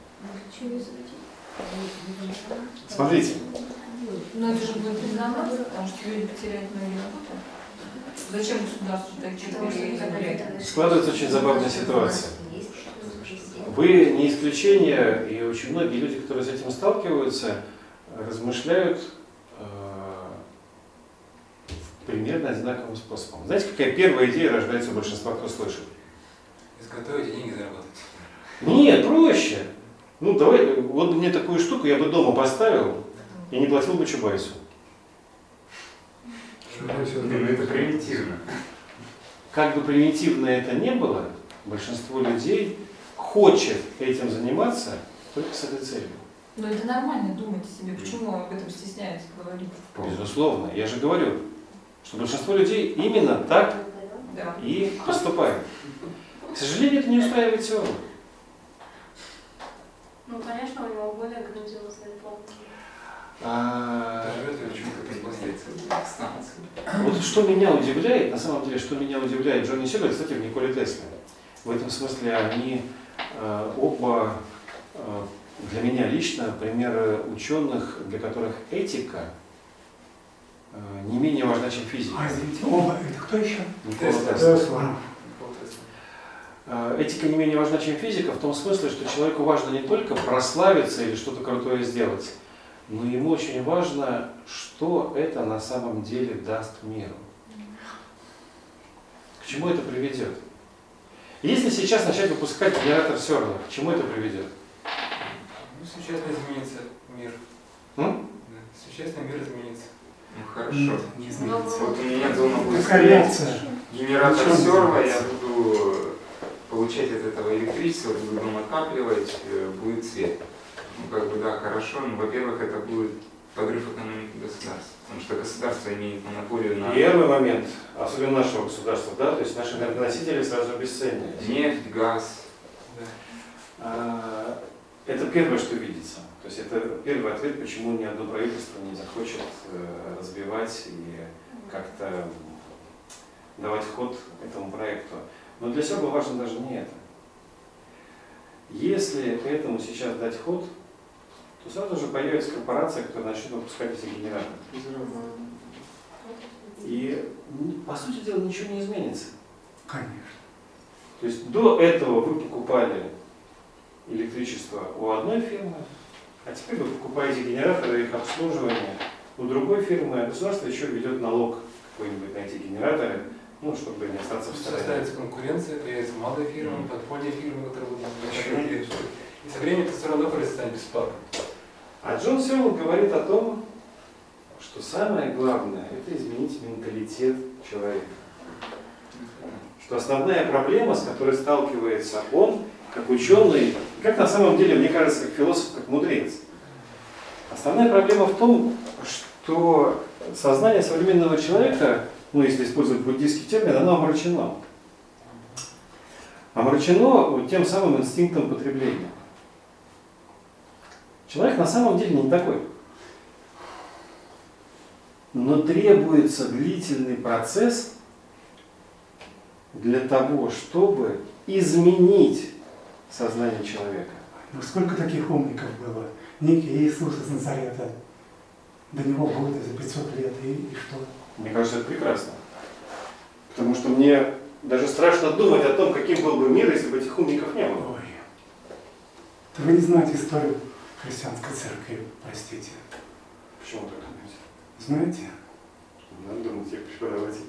Смотрите. Но это же будет признаваться, потому что люди потеряют многие работы. Зачем государству такие переговоры? Складывается очень забавная ситуация. Вы не исключение, и очень многие люди, которые с этим сталкиваются, размышляют э, примерно одинаковым способом. Знаете, какая первая идея рождается у большинства, кто слышит? изготовить и деньги заработать. Нет, проще. Ну, давай, вот мне такую штуку я бы дома поставил и не платил бы Чубайсу. Ну, это примитивно. Как бы примитивно это ни было, большинство людей хочет этим заниматься только с этой целью. Но это нормально думать о себе. Почему об этом стесняются говорить? Безусловно. Я же говорю, что большинство людей именно так Да. и поступает. К сожалению, это не устраивает все. Ну, конечно, у него более грандиозные планы. А, Вот вот что меня удивляет, на самом деле, что меня удивляет Джонни Сёрл, кстати, в Николе Тесле. В этом смысле они э, оба, э, для меня лично, примеры ученых, для которых этика э, не менее важна, чем физика. А, извините, оба, это кто еще? Никола Тесла. Тесла. Тесла. Э, Этика не менее важна, чем физика, в том смысле, что человеку важно не только прославиться или что-то крутое сделать, но ему очень важно, что это на самом деле даст миру. К чему это приведет? Если сейчас начать выпускать генератор Сёрла, к чему это приведет? Ну, существенно изменится мир. М? Да, существенно мир изменится. Ну хорошо. Не изменится. Вот у меня дома будет Какая реакция? генератор Ничего не Сёрла, я изменится. буду получать от этого электричество, буду дом отапливать, э, будет свет. Ну как бы да, хорошо, но во-первых это будет подрыв экономики государства, потому что государство имеет монополию на Первый момент, особенно нашего государства, да, то есть наши энергоносители сразу обесцениваются. нефть, газ. Да. А, Это первое, что видится. То есть это первый ответ, почему ни одно правительство не захочет э, развивать и как-то давать ход этому проекту. Но для Сёрла важно даже не это. Если этому сейчас дать ход, то сразу же появится корпорация, которая начнет выпускать эти генераторы. И, по сути дела, ничего не изменится. Конечно. То есть до этого вы покупали электричество у одной фирмы, а теперь вы покупаете генераторы и их обслуживание у другой фирмы, а государство еще ведет налог какой-нибудь на эти генераторы, ну, чтобы не остаться в стороне. Составится конкуренция, появятся малые фирмы, подпольные фирмы, которые будут начинать. И со временем это все равно станет бесплатно. А Джон Сёрл говорит о том, что самое главное – это изменить менталитет человека. Что основная проблема, с которой сталкивается он, как ученый, как на самом деле, мне кажется, как философ, как мудрец. Основная проблема в том, что сознание современного человека, ну, если использовать буддийский термин, оно омрачено. Омрачено тем самым инстинктом потребления. Человек на самом деле не такой. Но требуется длительный процесс для того, чтобы изменить сознание человека. Ну сколько таких умников было? Некий Иисус из Назарета. До него годы за пятьсот лет, и, и что? Мне кажется, это прекрасно. Потому что мне даже страшно думать о том, каким был бы мир, если бы этих умников не было. Ой. Да вы не знаете историю христианской церкви, простите. Почему так думаете? Знаете? Надо думать, я преподаватель.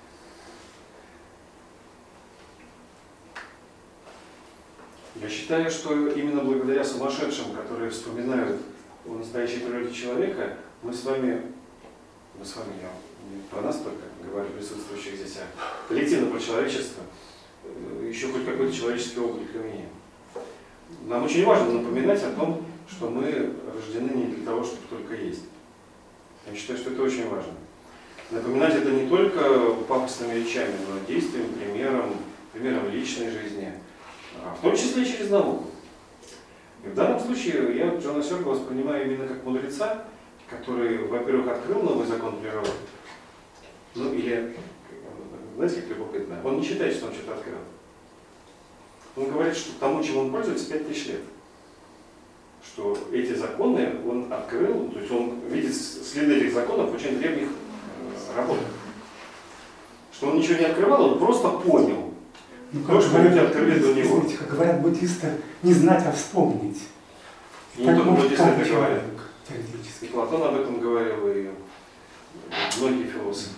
Я считаю, что именно благодаря сумасшедшим, которые вспоминают о настоящей природе человека, мы с вами, мы с вами, я не про нас только говорю, присутствующих здесь, а коллективно про человечество, еще хоть какой-то человеческий облик имеем. Нам очень важно напоминать о том, что мы рождены не для того, чтобы только есть. Я считаю, что это очень важно. Напоминать это не только пафосными речами, но и действием, примером, примером личной жизни, в том числе и через науку. И в данном случае я Джона Сёрла воспринимаю именно как мудреца, который, во-первых, открыл новый закон природы. Ну или, знаете, как любопытно, он не считает, что он что-то открыл. Он говорит, что тому, чем он пользуется, пять тысяч лет. Что эти законы он открыл, то есть он видит следы этих законов в очень древних э, работах. Что он ничего не открывал, он просто понял. Ну, То, что люди открыли до него. Извините, как говорят буддисты, не знать, а вспомнить. И не Так только может буддисты каждый это говорят. человек, теоретически. И Платон об этом говорил, и многие философы.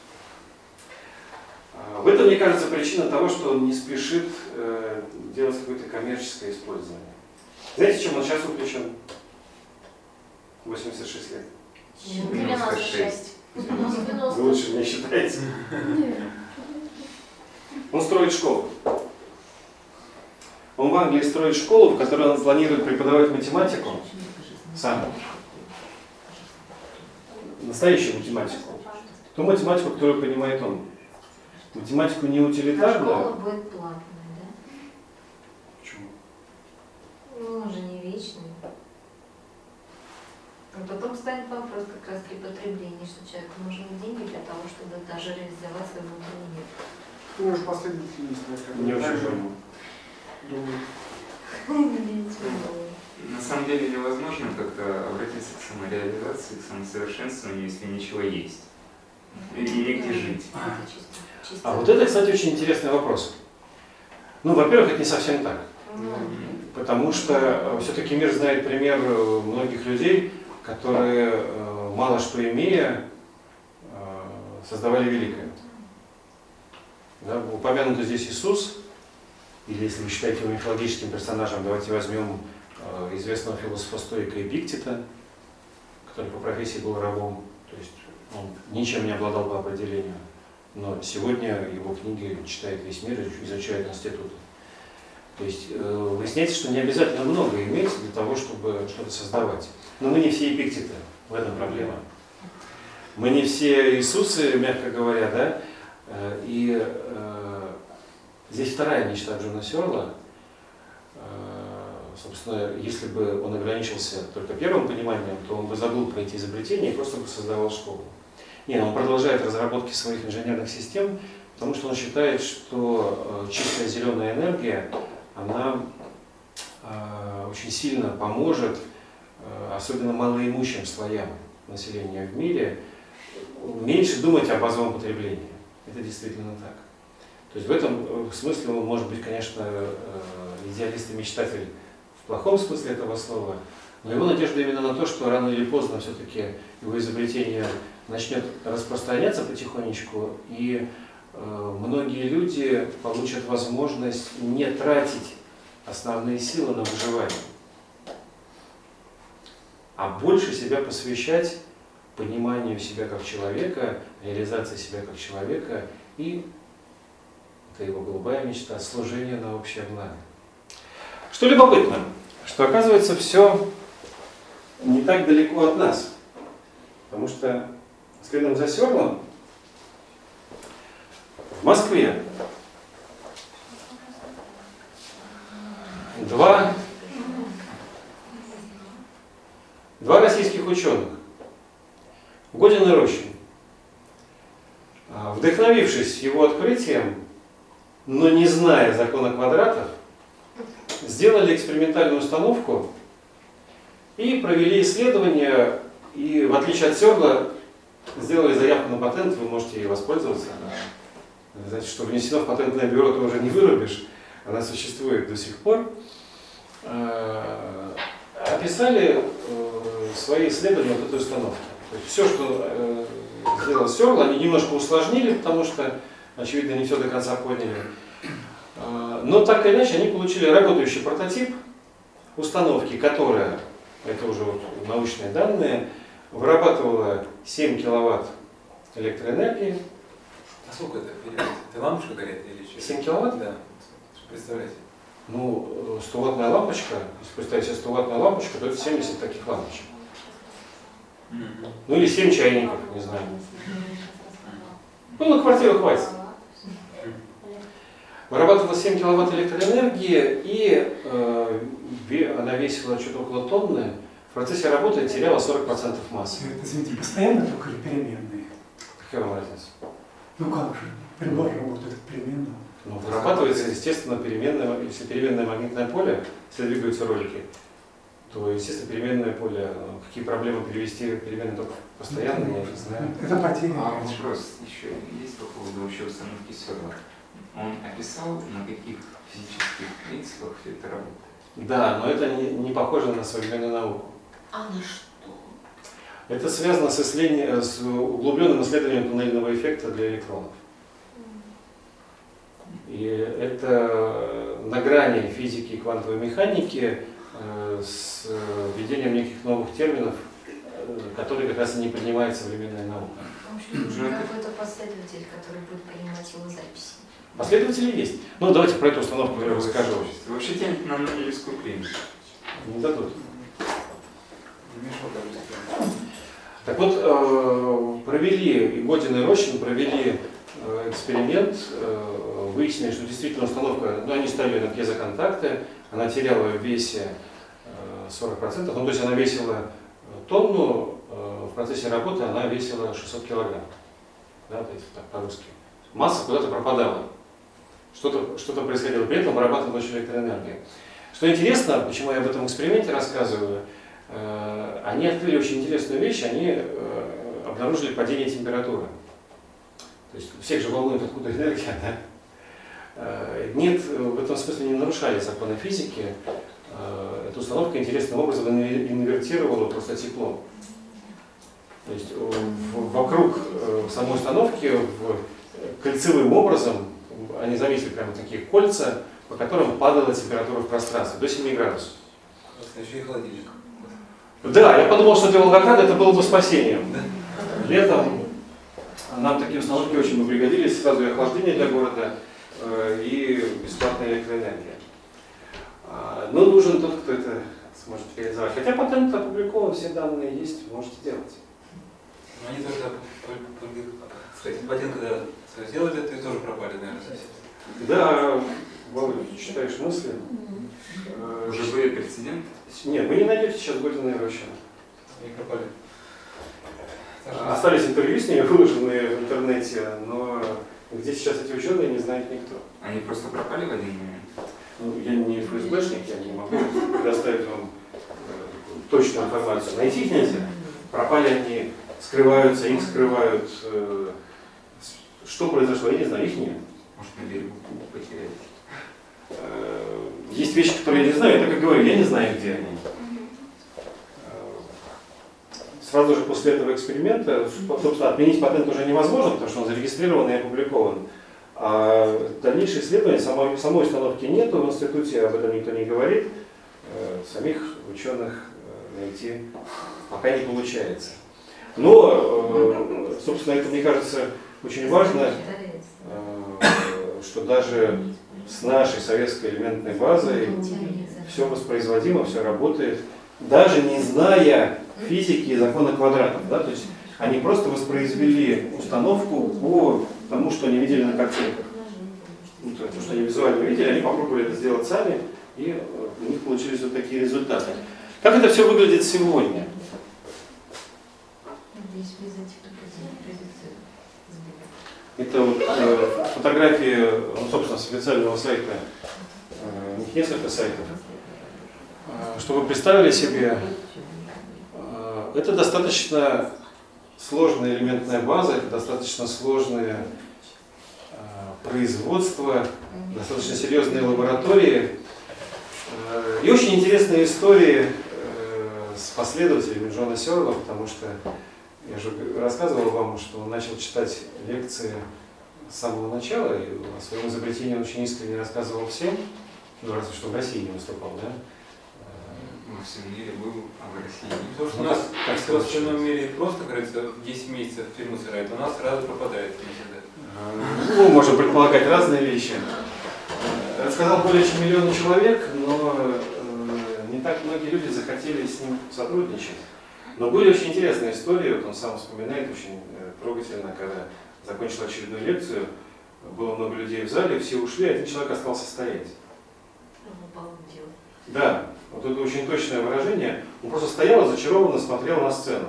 В этом, мне кажется, причина того, что он не спешит э, делать какое-то коммерческое использование. Знаете, чем он сейчас увлечен? восемьдесят шесть лет. девяносто шесть. Вы лучше не считаете? Он строит школу. Он в Англии строит школу, в которой он планирует преподавать математику сам. Настоящую математику. Ту математику, которую понимает он. Математику не утилитарную. Школа будет платной, да? Почему? Ну, он же не вечный. А потом станет вопрос как раз при потреблении, что человеку нужны деньги для того, чтобы даже реализовать свой внутренний мир. Ну, уже последний фильм снять. Не очень понимаю. Думаю. На самом деле невозможно как-то обратиться к самореализации, к самосовершенствованию, если ничего есть. И негде жить. Это чисто, чисто. А вот это, кстати, очень интересный вопрос. Ну, во-первых, это не совсем так. Ну, Потому что все-таки мир знает пример многих людей, которые, э, мало что имея, э, создавали великое. Да, упомянут здесь Иисус, или если вы считаете его мифологическим персонажем, давайте возьмем э, известного философа-стоика Эпиктета, который по профессии был рабом, то есть он ничем не обладал по определению, но сегодня его книги читает весь мир, изучает институты. То есть э, выясняется, что не обязательно много иметь для того, чтобы что-то создавать. Но мы не все Эпиктеты, в этом проблема. Мы не все Иисусы, мягко говоря, да? Э, и э, здесь вторая мечта Джона Сёрла. Э, собственно, если бы он ограничился только первым пониманием, то он бы забыл про эти изобретения и просто бы создавал школу. Нет, он продолжает разработки своих инженерных систем, потому что он считает, что э, чистая зеленая энергия, она э, очень сильно поможет, э, особенно малоимущим слоям населения в мире, меньше думать о базовом потреблении. Это действительно так. То есть в этом смысле он может быть, конечно, идеалист и мечтатель в плохом смысле этого слова, но его надежда именно на то, что рано или поздно все-таки его изобретение начнет распространяться потихонечку, и э, многие люди получат возможность не тратить основные силы на выживание, а больше себя посвящать пониманию себя как человека, реализации себя как человека и, это его голубая мечта, служение на общее благо. Что любопытно, что оказывается все не так далеко от нас, потому что следом за Сёрлом в Москве два, два российских ученых, Годин и Рощин, вдохновившись его открытием, но не зная закона квадратов, сделали экспериментальную установку и провели исследования, и в отличие от Сёрла сделали заявку на патент, вы можете ей воспользоваться. Знаете, что внесено в патентное бюро, ты уже не вырубишь, она существует до сих пор. Описали свои исследования вот этой установки. То есть все, что сделал Сёрл, они немножко усложнили, потому что, очевидно, не все до конца поняли. Но так или иначе, они получили работающий прототип установки, которая, это уже вот научные данные, вырабатывала семь киловатт электроэнергии. А сколько это переводится? Это лампочка горит или что? семь киловатт? Да. Представляете? Ну, стоваттная лампочка, если представить себе стоваттную лампочку, то это семьдесят таких лампочек. Mm-hmm. Ну или семь чайников, не знаю. Ну, на квартиру хватит. Вырабатывала семь киловатт электроэнергии, и э, она весила что-то около тонны. В процессе работы теряла сорок процентов массы. Это, извините, постоянно только или переменные? Какая вам разница? Ну как же, прибор работает переменно. Ну, вырабатывается, естественно, переменное, если переменное магнитное поле, если двигаются ролики, то, естественно, переменное поле, какие проблемы перевести переменные только постоянно, я не знаю. Это потеря. А вопрос еще есть по поводу вообще установки Сёрла. Он описал, на каких физических принципах все это работает? Да, но это не, не похоже на современную науку. А на что? Это связано с, исследованием, с углубленным исследованием туннельного эффекта для электронов. И это на грани физики и квантовой механики э, с введением неких новых терминов, э, которые как раз и не принимает современная наука. В общем, нужен какой-то последователь, который будет принимать его записи. Последователи есть. Ну, давайте про эту установку я расскажу. Вообще тянет на Нобелевскую премию. Не дадут. Так вот, э, провели, и Годин, и Рощин провели э, эксперимент, э, выяснили, что действительно установка, ну, они ставили на пьезоконтакты, она теряла в весе э, сорок процентов, ну, то есть она весила тонну, э, в процессе работы она весила шестьсот килограмм, да, то есть так по-русски. Масса куда-то пропадала, что-то что-то происходило, при этом вырабатывалась очень электроэнергия. Что интересно, почему я об этом эксперименте рассказываю, э, они открыли очень интересную вещь, они э, обнаружили падение температуры. То есть всех же волнует, откуда энергия, да? Э, нет, в этом смысле не нарушали законы физики. Э, эта установка интересным образом инвертировала просто тепло. То есть в, вокруг э, самой установки в, кольцевым образом они зависели прямо такие кольца, по которым падала температура в пространстве до семи градусов. Еще и холодильник. Да, я подумал, что для Волгограда это было бы спасением. Летом нам такие установки очень бы пригодились, сразу и охлаждение для города, э, и бесплатная электроэнергия. А, но нужен тот, кто это сможет реализовать. Хотя патент опубликован, все данные есть, можете делать. Но они тоже, сказать, патент, когда сделали, то и тоже пропали, наверное, совсем. Да, Володя, читаешь мысли. Э, Уже были прецеденты? Нет, вы не найдете сейчас Година и Рощина. Они пропали. Остались интервью с ними, выложенные в интернете, но где сейчас эти ученые, не знает никто. Они просто пропали в один момент? Ну, я не эф эс бэшник, я не могу предоставить вам точную информацию. Найти их нельзя. Пропали они скрываются, их скрывают. Э, что произошло, я не знаю, их нет. Может, на берегу потерялись. Э, есть вещи, которые я не знаю, я так и говорю, я не знаю, где они. Сразу же после этого эксперимента, собственно, отменить патент уже невозможно, потому что он зарегистрирован и опубликован. А дальнейшие исследования, самой, самой установки нету, в институте об этом никто не говорит, самих ученых найти пока не получается. Но, собственно, это, мне кажется, очень важно, что даже с нашей советской элементной базой все воспроизводимо, все работает, даже не зная физики и закона квадратов. Да? То есть они просто воспроизвели установку по тому, что они видели на картинках. Ну, то, что они визуально видели, они попробовали это сделать сами, и у них получились вот такие результаты. Как это все выглядит сегодня? Это вот, э, фотографии, ну, собственно, с официального сайта, э, у них несколько сайтов. Э, чтобы вы представили себе, э, это достаточно сложная элементная база, это достаточно сложное э, производство, достаточно серьезные лаборатории э, и очень интересные истории э, с последователями Джона Сёрла, потому что я же рассказывал вам, что он начал читать лекции с самого начала, и о своем изобретении он очень искренне рассказывал всем, ну, разве что в России не выступал, да? Во всем мире был, а в России не. Потому что у нас, если в остальном мире просто, говорится, десять месяцев в тюрьму сажают, у нас сразу пропадает. Ну, можно предполагать разные вещи. Рассказал более чем миллион человек, но не так многие люди захотели с ним сотрудничать. Но были очень интересные истории, вот он сам вспоминает очень трогательно, когда закончил очередную лекцию, было много людей в зале, все ушли, один человек остался стоять. Да, вот это очень точное выражение. Он просто стоял и зачарованно смотрел на сцену.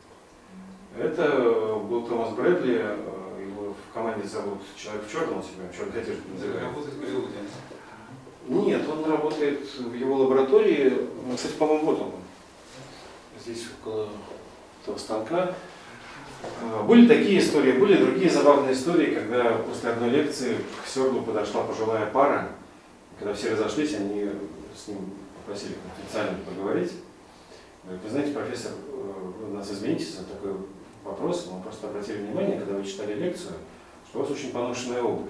Это был Томас Брэдли, его в команде зовут человек в черном, он себя в черной одежде называет. Работает в Голливуде? Нет, он работает в его лаборатории, кстати, по-моему, вот он. Здесь около этого станка. Были такие истории, были другие забавные истории, когда после одной лекции к Сёрдлу подошла пожилая пара. Когда все разошлись, они с ним попросили конфиденциально поговорить. Говорят, вы знаете, профессор, вы нас извините за такой вопрос, мы просто обратили внимание, когда вы читали лекцию, что у вас очень поношенная обувь.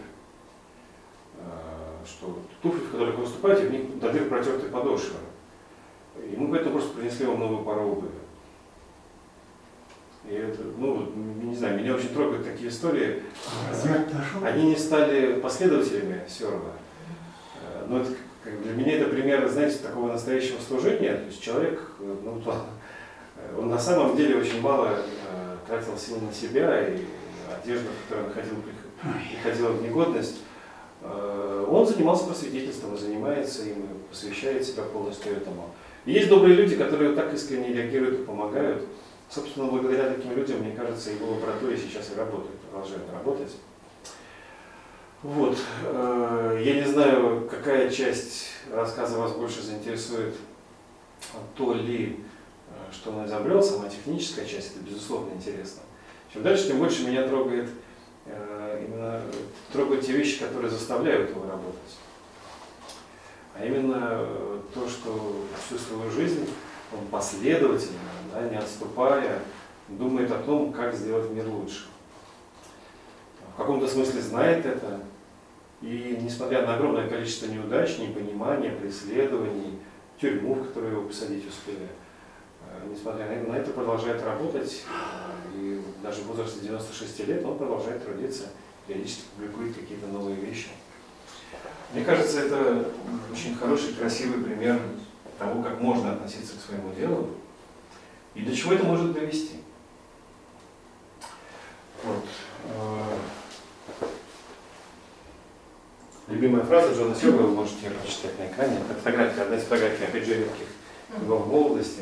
Что туфли, в которых вы выступаете, в них до дыр протерты подошвы. И мы поэтому просто принесли вам новую пару обуви. И это, ну, не знаю, меня очень трогают такие истории. Они не стали последователями Сёрла. Но это, как, для меня это пример, знаете, такого настоящего служения. То есть человек, ну, он на самом деле очень мало э, тратил сил на себя, и одежда, в которой он ходил, приходила в негодность. Э, он занимался просветительством и занимается им, и посвящает себя полностью этому. И есть добрые люди, которые так искренне реагируют и помогают. Собственно, благодаря таким людям, мне кажется, его лаборатория сейчас и работает, продолжает работать. Вот. Я не знаю, какая часть рассказа вас больше заинтересует, то ли, что он изобрел, сама техническая часть, это безусловно интересно. Чем дальше, тем больше меня трогает, именно трогают те вещи, которые заставляют его работать. А именно то, что всю свою жизнь он последовательно, да, не отступая, думает о том, как сделать мир лучше. В каком-то смысле знает это, и несмотря на огромное количество неудач, непонимания, преследований, тюрьму, в которую его посадить успели, несмотря на это, продолжает работать, и даже в возрасте девяноста шести лет он продолжает трудиться, периодически публикует какие-то новые вещи. Мне кажется, это очень хороший, красивый пример того, как можно относиться к своему делу и до чего это может довести. Вот. Любимая фраза Джона Сёрла, вы можете ее прочитать на экране. Это фотография, одна из фотографий, опять же, редких его в молодости.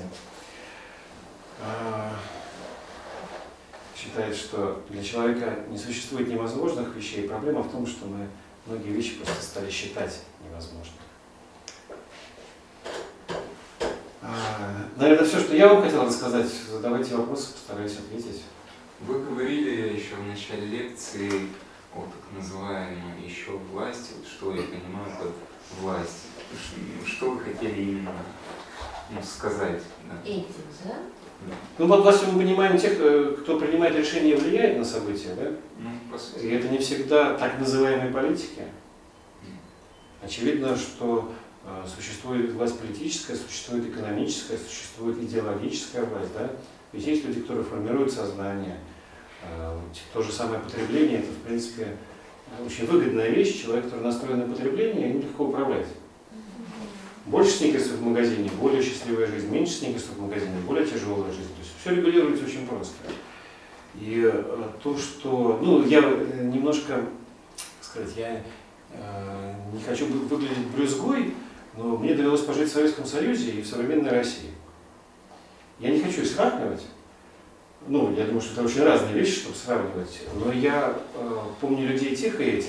Считает, что для человека не существует невозможных вещей. Проблема в том, что мы многие вещи просто стали считать невозможными. наверное, все, что я вам хотел рассказать. Задавайте вопросы, постараюсь ответить. Вы говорили еще в начале лекции о так называемой еще власти, вот что я понимаю под власть. Что вы хотели именно ну, сказать? Да? Этим, да? Ну, под властью мы понимаем тех, кто принимает решения и влияет на события, да? Ну, по сути. И это не всегда так называемые политики. Очевидно, что э, существует власть политическая, существует экономическая, существует идеологическая власть, да? Ведь есть люди, которые формируют сознание. Э, то же самое потребление, это, в принципе, очень выгодная вещь. Человек, который настроен на потребление, им легко управлять. Больше сникерсов в магазине, более счастливая жизнь, меньше сникерсов в магазине, более тяжелая жизнь. То есть все регулируется очень просто. И э, то, что, ну, я немножко, как сказать, я э, не хочу выглядеть брюзгой, но мне довелось пожить в Советском Союзе и в современной России. Я не хочу их сравнивать. Ну, я думаю, что это очень разные вещи, чтобы сравнивать. Но я э, помню людей тех и этих.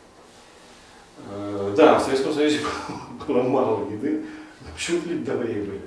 Э, да, в Советском Союзе было мало еды, но почему люди добрее были?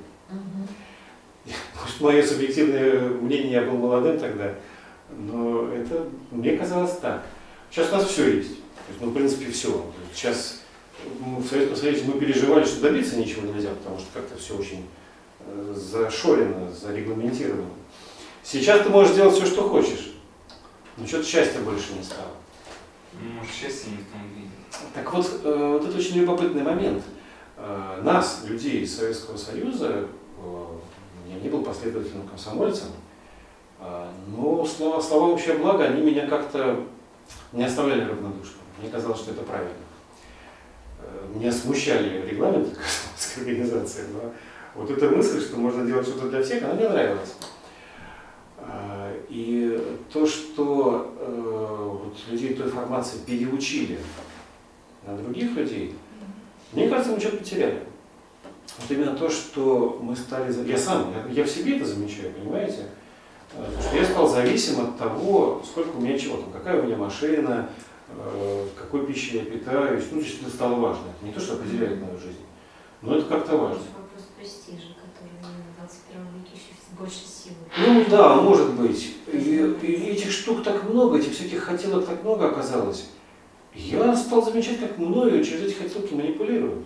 Может, мое субъективное мнение, я был молодым тогда, но это мне казалось так. Сейчас у нас все есть. То есть, ну, в принципе, все. Сейчас в Советском Союзе мы переживали, что добиться ничего нельзя, потому что как-то все очень э, зашорено, зарегламентировано. Сейчас ты можешь делать все, что хочешь, но что-то счастья больше не стало. Может, счастье никто не видит. Так вот, э, вот это очень любопытный момент. Э, нас, людей из Советского Союза, э, я не был последовательным комсомольцем, э, но слова, слова «общее благо», они меня как-то не оставляли равнодушным. Мне казалось, что это правильно. Э, меня смущали регламенты комсомольской организации, но вот эта мысль, что можно делать что-то для всех, она мне нравилась. Э, и то, что э, вот людей той формации переучили на других людей, мне кажется, мы что-то потеряли. Вот именно то, что мы стали... Я сам, я, я в себе это замечаю, понимаете? Что я стал зависим от того, сколько у меня чего там, какая у меня машина, э, какой пищей я питаюсь. Ну, то есть это стало важно. Это не то, что определяет мою жизнь, но это как-то важно. Вопрос престижа, который в двадцать первом веке еще с большей силой. Ну да, может быть. И, и этих штук так много, этих всяких хотелок так много оказалось. Я стал замечать, как мною через эти хотелки манипулируют.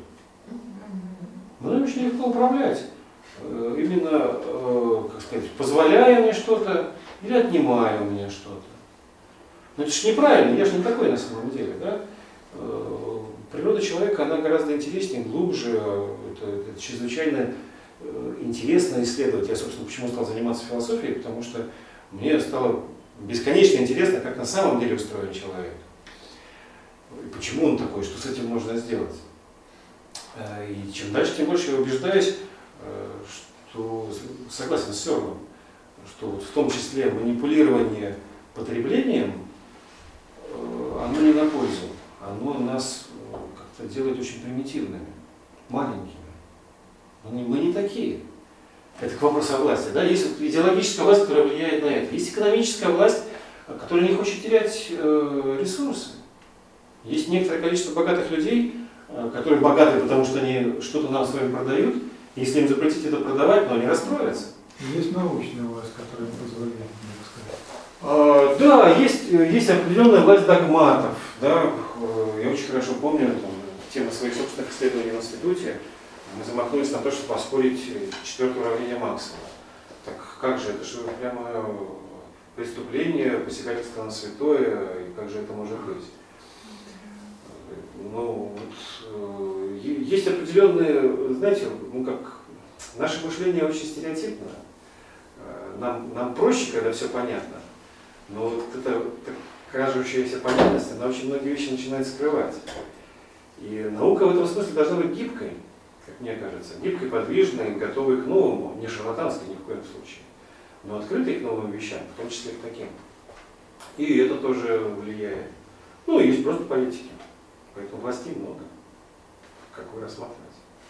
Мною очень легко управлять. Именно, как сказать, позволяя мне что-то или отнимая у меня что-то. Но это же неправильно, я же не такой на самом деле. Да? Природа человека, она гораздо интереснее, глубже, это, это чрезвычайно интересно исследовать. Я, собственно, почему стал заниматься философией, потому что мне стало бесконечно интересно, как на самом деле устроен человек. И почему он такой, что с этим можно сделать. И чем дальше, тем больше я убеждаюсь, что согласен с Сёрманом, что вот в том числе манипулирование потреблением, оно не на пользу, оно нас как-то делает очень примитивными, маленькими. Мы не, мы не такие. Это к вопросу о власти. Да? Есть идеологическая власть, которая влияет на это. Есть экономическая власть, которая не хочет терять э, ресурсы. Есть некоторое количество богатых людей, которые богаты, потому что они что-то нам с вами продают. Если им запретить это продавать, но они расстроятся. Есть научная власть, которая позволяет, так сказать. А, да, есть, есть определенная власть догматов. Да? Я очень хорошо помню там, тему своих собственных исследований в институте. Мы замахнулись на то, чтобы поспорить четвертое уравнение Максвелла. Так как же, это же прямо преступление, посягательство на святое, и как же это может быть? Ну, вот, э, есть определенные, знаете, ну как, наше мышление очень стереотипно. Э, нам, нам проще, когда все понятно, но вот эта кажущаяся понятность, она очень многие вещи начинает скрывать. И наука в этом смысле должна быть гибкой, как мне кажется, гибкой, подвижной, готовой к новому, не шарлатанской ни в коем случае, но открытой к новым вещам, в том числе к таким. И это тоже влияет. Ну, есть просто политики. Поэтому властей много. Как вы рассматриваете?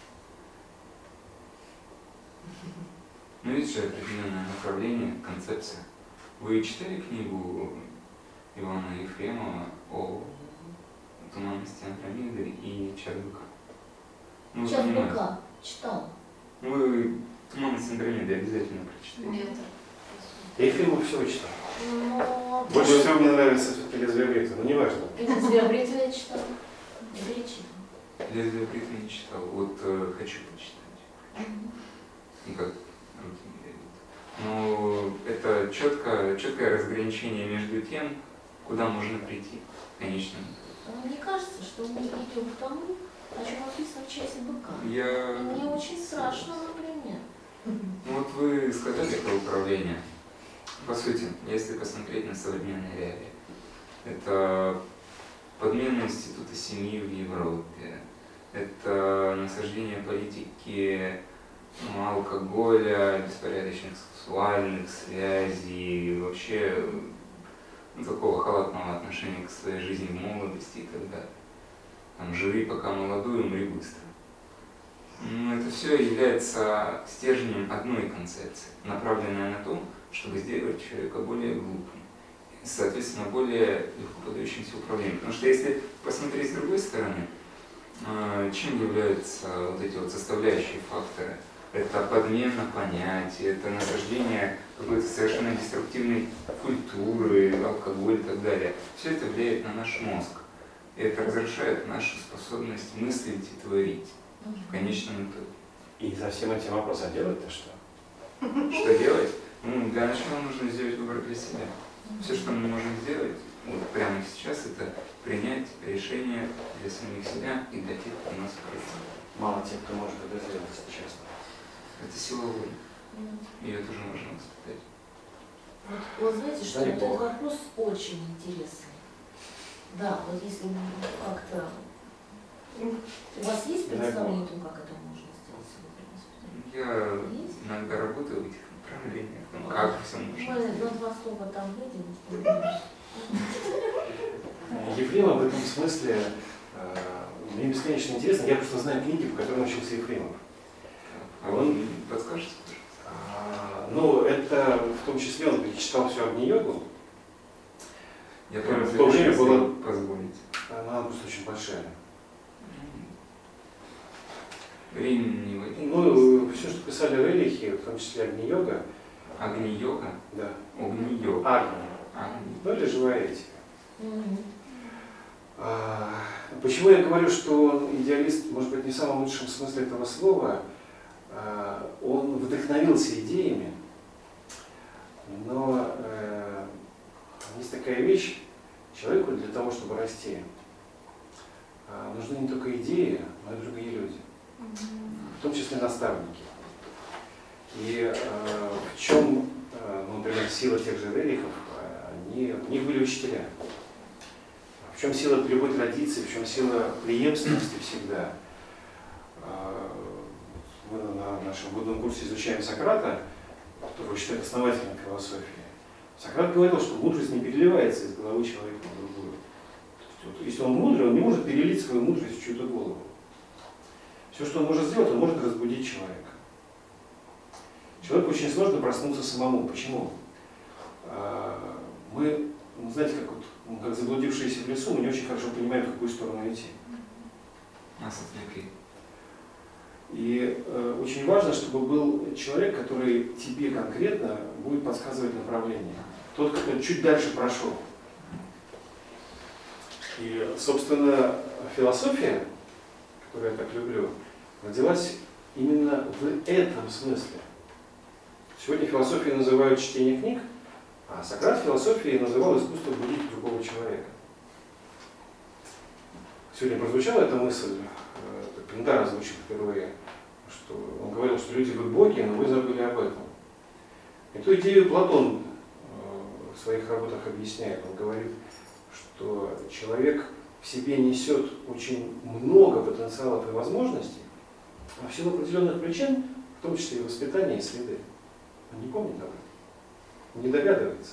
Ну, есть же определенное направление, концепция. Вы читали книгу Ивана Ефремова о туманности Андромеды и Чарбыка? Ну, Чарбыка читал. Вы «Туманность Андромеды» обязательно прочитайте. Нет. Я Ефремова всего читал. Ну, Больше всего мне нравится все-таки «Лезвие бритвы», но неважно. «Лезвие бритвы» я читала. Я перечитала. «Лезвие бритвы» не читал, вот э, хочу почитать. Ну как, руки не дойдут. Но это четко, четкое разграничение между тем, куда можно прийти в конечном. Мне кажется, что мы идем к тому, о чем написано в «Часе быка». Я... И мне очень страшно, например. Ну вот вы сказали про управление. По сути, если посмотреть на современные реалии, это подмена института семьи в Европе, это насаждение политики, ну, алкоголя, беспорядочных сексуальных связей, вообще ну, такого халатного отношения к своей жизни в молодости и так далее. Там, живи пока молодой, умри быстро. Ну, это все является стержнем одной концепции, направленной на то, чтобы сделать человека более глупым, соответственно, более легко поддающимся управлению. Потому что если посмотреть с другой стороны, чем являются вот эти вот составляющие факторы? Это подмена понятий, это насаждение какой-то совершенно деструктивной культуры, алкоголь и так далее. Все это влияет на наш мозг. И это разрушает нашу способность мыслить и творить в конечном итоге. И за всем этим вопрос, а делать-то что? Что делать? Ну, для начала нужно сделать выбор для себя. Все, что мы можем сделать вот прямо сейчас, это принять решение для самих себя и для тех, кто нас окружает. Мало тех, кто может это сделать, честно. Это сила воли. Ее тоже можно воспитать. Вот, вот знаете, что Дай вот Бог. этот вопрос очень интересный. Да, вот если как-то... У вас есть Дай представление о том, как это можно сделать сегодня? Я Есть? иногда работаю в этих направлениях, ну, как все можно Мы сделать. на два слова там выйдем. Ефремов в этом смысле э, мне бесконечно интересно. Я просто знаю книги, по которым учился Ефремов. А вы подскажете, пожалуйста? А, ну, это в том числе он перечитал всю Агни-йогу. Я В тоже то время если было- позволить. Она просто очень большая. Времени не хватит. Ну, все, что писали релихи, в том числе Агни-йога, Агни-йога? да. Огни-йога. Агни. Агни. Ну, или живая этика. Мгм. А, почему я говорю, что он идеалист, может быть, не в самом лучшем смысле этого слова, а, он вдохновился идеями, но э, есть такая вещь, человеку для того, чтобы расти, а, нужны не только идеи, но и другие люди, в том числе наставники. И э, в чем, э, ну, например, сила тех же рерихов, они, у них были учителя. В чем сила любой традиции, в чем сила преемственности всегда. Мы на нашем годном курсе изучаем Сократа, которого считают основателем философии. Сократ говорил, что мудрость не переливается из головы человека в другую. То есть, вот, если он мудрый, он не может перелить свою мудрость в чью-то голову. Все, что он может сделать, он может разбудить человека. Человеку очень сложно проснуться самому. Почему? Мы, ну, знаете, как, вот, как заблудившиеся в лесу, мы не очень хорошо понимаем, в какую сторону идти. Нас отвлекли. И э, очень важно, чтобы был человек, который тебе конкретно будет подсказывать направление. Тот, кто чуть дальше прошел. И, собственно, философия, которую я так люблю, родилась именно в этом смысле. Сегодня философией называют чтение книг, а Сократ философией называл искусство будить другого человека. Сегодня прозвучала эта мысль, Пиндар озвучил впервые, что он говорил, что люди вы боги, но вы забыли об этом. Эту идею Платон в своих работах объясняет. Он говорит, что человек в себе несет очень много потенциалов и возможностей, а в силу определенных причин, в том числе и воспитания и среды, он не помнит об этом, не догадывается.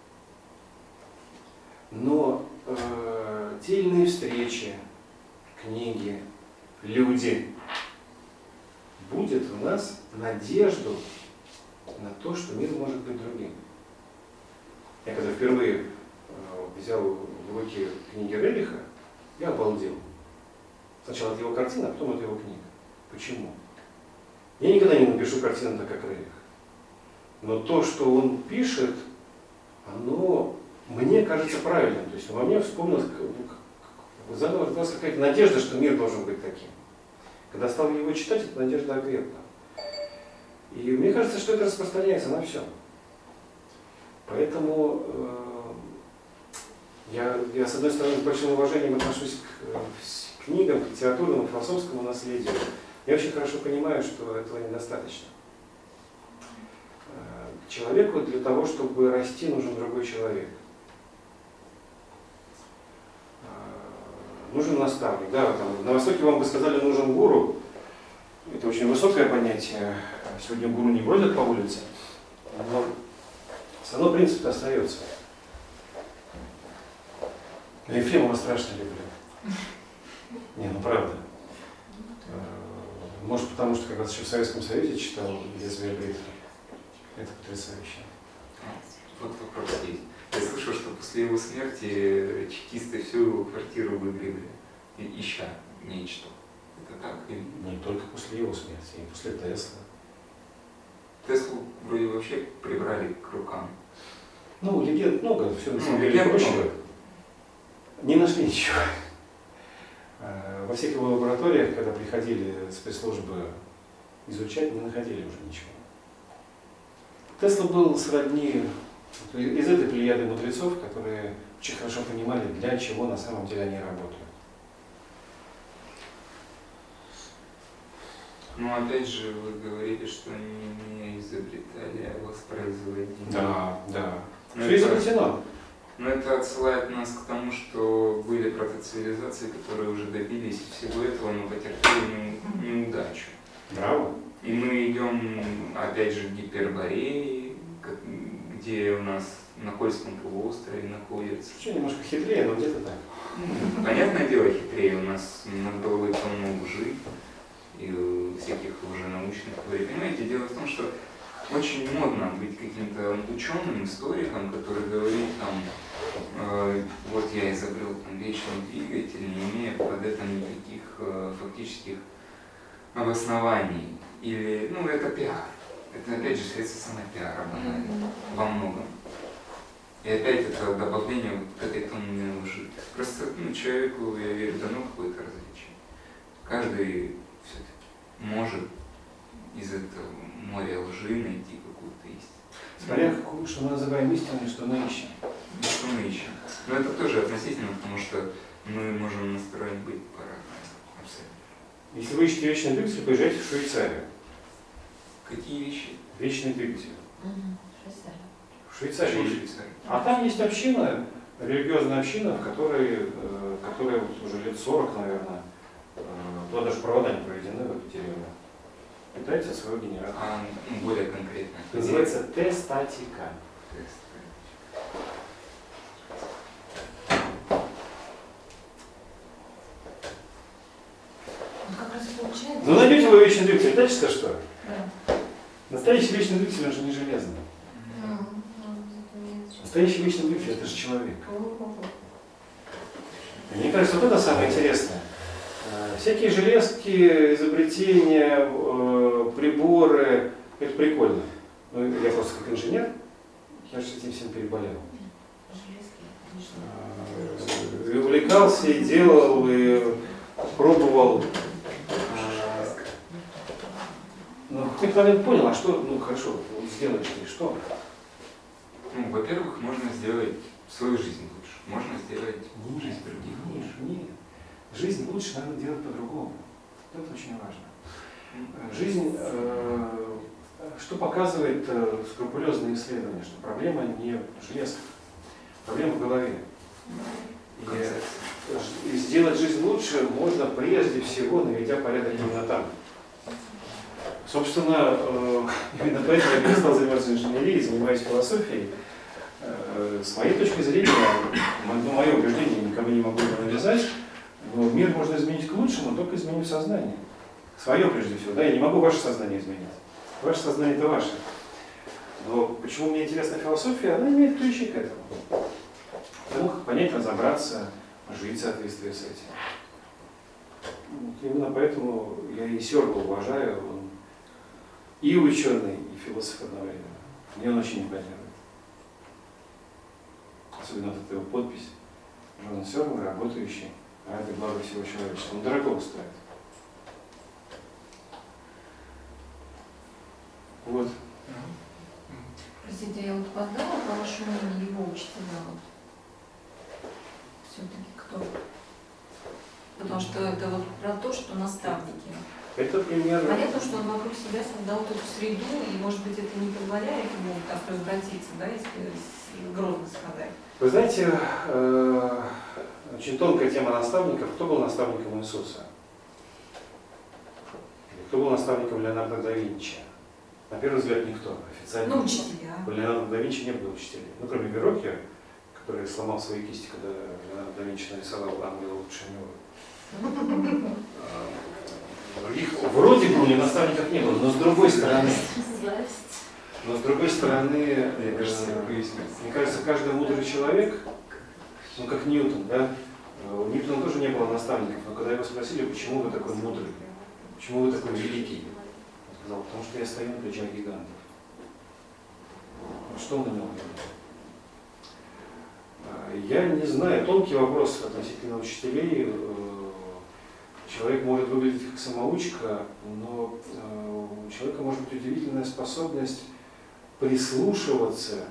Но э, те или иные встречи, книги, люди будет в нас надежду на то, что мир может быть другим. Я когда впервые э, взял в руки книги Рериха, я обалдел. Сначала от его картины, а потом от его книг. Почему? Я никогда не напишу картину так, как Рерих. Но то, что он пишет, оно мне кажется правильным. То есть во мне вспомнилось, задалась какая-то надежда, что мир должен быть таким. Когда стал его читать, эта надежда окрепла. И мне кажется, что это распространяется на все. Поэтому э, я, я, с одной стороны, с большим уважением отношусь к, к книгам, к литературному, к философскому наследию. Я очень хорошо понимаю, что этого недостаточно. Человеку для того, чтобы расти, нужен другой человек. Нужен наставник. Да, там, на Востоке вам бы сказали, нужен гуру. Это очень высокое понятие. Сегодня гуру не бродят по улице. Но все равно принцип остается. Ефремова страшно люблю. Не, ну правда. Может, потому что как раз еще в Советском Союзе читал «Лезвие бритвы». Это потрясающе. Вот вопрос есть. Я слышал, что после его смерти чекисты всю его квартиру выгребли, ища нечто. Это так? Или... Не только после его смерти, и после Теслы. Теслу вроде вообще прибрали к рукам. Ну, легенд много, все на самом Ну, деле проще. Не нашли ничего. Во всех его лабораториях, когда приходили спецслужбы изучать, не находили уже ничего. Тесла был сродни из этой плеяды мудрецов, которые очень хорошо понимали, для чего на самом деле они работают. Ну, опять же, вы говорили, что они не изобретали, а воспроизводили. Да, да. Но Все это, изобретено. но это отсылает нас к тому, что были протоцивилизации, которые уже добились всего этого, но потерпели неудачу. Браво. И мы идем, опять же, к Гипербореи, где у нас на Кольском полуострове находится. Что, немножко хитрее, но где-то так. Понятное дело, хитрее. У нас над головой полно лжи и всяких лженаучных теорий. Понимаете, дело в том, что очень модно быть каким-то ученым, историком, который говорит там, э, вот я изобрел там вечный двигатель, не имея под это никаких э, фактических обоснований. Или, ну, это пиар. Это, опять же, средство самопиара банально, во многом. И опять это добавление вот к этой тонне лжи. Просто, ну, человеку, я верю, дано какое-то различие. Каждый все-таки может из этого моря лжи найти какую-то истину. Смотря какую, что мы называем истиной, что мы ищем. И что мы ищем. Но это тоже относительно, потому что мы можем настроен быть по-разному. Абсолютно. Если вы ищете вечный двигатель, поезжайте в Швейцарию. Какие вещи? Вечный двигатель. Угу. Швейцария. В Швейцарии. Почему Швейцария? А там есть община, религиозная община, в которой, э, которая вот уже лет сорок, наверное, э, туда даже провода не проведены в эту деревню. Питается своего генератора. А, ну, более конкретно. Называется Т-статика. Ну, как раз получается. Ну найдете вы вечный двигатель, дальше что? что? Да. Настоящий вечный двигатель, он же не железный. Ну, ну, это Настоящий вечный двигатель, это же человек. не- Мне кажется, вот это самое интересное. Э, Всякие железки, изобретения, э, приборы, это прикольно. Ну, я просто как инженер, я же с этим всем переболел. Э, И увлекался, и делал, и пробовал. Э, Но в какой-то момент понял, а что, ну хорошо, вот сделаешь ты что? Ну, во-первых, можно сделать свою жизнь лучше. Можно сделать Нет, жизнь других нет, лучше. нет. Жизнь лучше надо делать по-другому. Это очень важно. Э, Жизнь, э, что показывает э, скрупулезное исследование, что проблема не в железках, проблема в голове. И, э, и сделать жизнь лучше можно прежде всего, наведя порядок именно там. Собственно, э, именно поэтому я перестал заниматься инженерией, занимаюсь философией. Э, С моей точки зрения, мо- мое убеждение, никому не могу его навязать, но мир можно изменить к лучшему, только изменив сознание. Свое прежде всего, да, я не могу ваше сознание изменить. Ваше сознание это ваше. Но почему мне интересна философия, она имеет ключи к этому. Потому как понять, разобраться, жить в соответствии с этим. Вот именно поэтому я и Сёргу уважаю, он и ученый, и философ одновременно. Мне он очень импонирует. Особенно вот эта его подпись. Джон Сёрман, работающий ради блага всего человечества. Он дорого стоит. Вот. Простите, я вот опоздала, по вашему мнению, его учителя вот. Все-таки кто? Потому что это вот про то, что наставники. Это пример. Понятно, что он вокруг себя создал эту среду, и, может быть, это не позволяет ему так развратиться, да, если грозно сказать. Вы знаете, э, очень тонкая тема наставников. Кто был наставником Иисуса? Кто был наставником Леонардо да Винчи? На первый взгляд, никто. Официально. Ну, учителя. У Леонардо да Винчи не было учителей. Ну, кроме Вероккио, который сломал свои кисти, когда Леонардо да Винчи нарисовал ангела лучше него. Других вроде бы у меня наставников не было, но с другой стороны, но с другой стороны, Мне кажется, э, мне кажется, каждый мудрый человек, ну как Ньютон, да, у Ньютона тоже не было наставников, но когда его спросили, почему вы такой мудрый, почему вы такой великий, он сказал, потому что я стою на плечах гигантов. Что он на него говорит? Я не знаю, тонкий вопрос относительно учителей. Человек может выглядеть как самоучка, но э, у человека может быть удивительная способность прислушиваться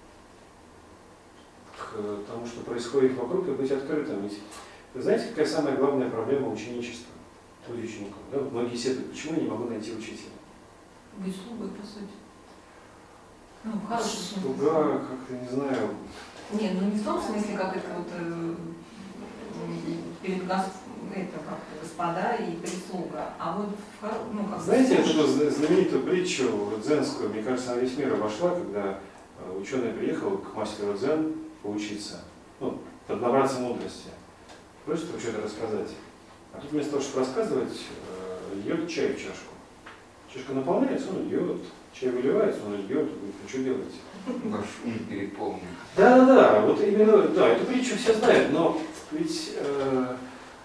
к тому, что происходит вокруг, и быть открытым. Ведь вы знаете, какая самая главная проблема ученичества у учеников? Да? Вот многие сетуют, почему я не могу найти учителя? Быть слугой, по сути. Ну, в хорошем смысле. Слуга, как-то не знаю. Нет, ну не в том смысле, как это вот э, перед гос... это как господа и прислуга, а вот в хоро... ну как. Знаете эту знаменитую притчу дзенскую, мне кажется, она весь мир обошла, когда ученый приехал к мастеру дзен поучиться, ну, поднабраться мудрости. Просит ему что-то рассказать. А тут вместо того, чтобы рассказывать, льет чай в чашку. Чашка наполняется, он льет. Чай выливается, он льет, говорит, ну что делать? Ваш ум переполнен. Да, да, да, вот именно, да, эту притчу все знают, но ведь э,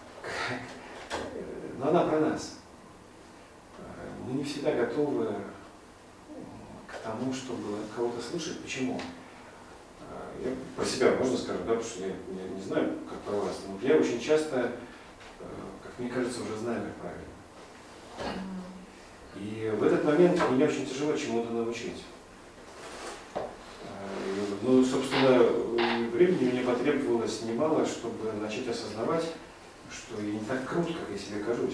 но она про нас. Мы не всегда готовы к тому, чтобы кого-то слышать. Почему? Я про себя можно скажу, да, потому что я, я не знаю, как про вас, но я очень часто, как мне кажется, уже знаю, как правильно. И в этот момент мне очень тяжело чему-то научить. Ну, собственно, времени мне потребовалось немало, чтобы начать осознавать, что я не так крут, как я себе кажусь.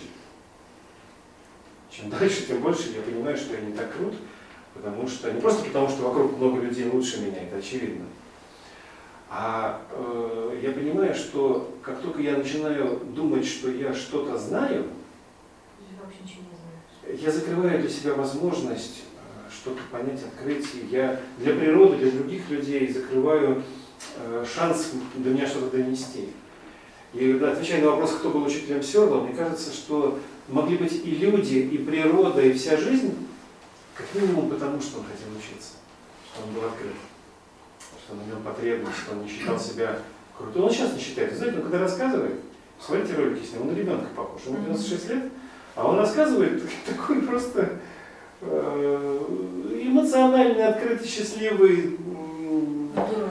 Чем дальше, тем больше я понимаю, что я не так крут, потому что не просто потому, что вокруг много людей лучше меня, это очевидно, а э, я понимаю, что как только я начинаю думать, что я что-то знаю, Вообще ничего не знаешь. я закрываю для себя возможность э, что-то понять, открыть. Я для природы, для других людей закрываю э, шанс до меня что-то донести. И да, отвечая на вопрос, кто был учителем Сёрла, мне кажется, что могли быть и люди, и природа, и вся жизнь, как минимум потому, что он хотел учиться, что он был открыт, что он имел потребность, что он не считал себя крутым. Он сейчас не считает. Вы знаете, он когда рассказывает, смотрите ролики с ним, он на ребенка похож, ему девяносто шесть лет, а он рассказывает такой просто э, эмоциональный, открытый, счастливый, э,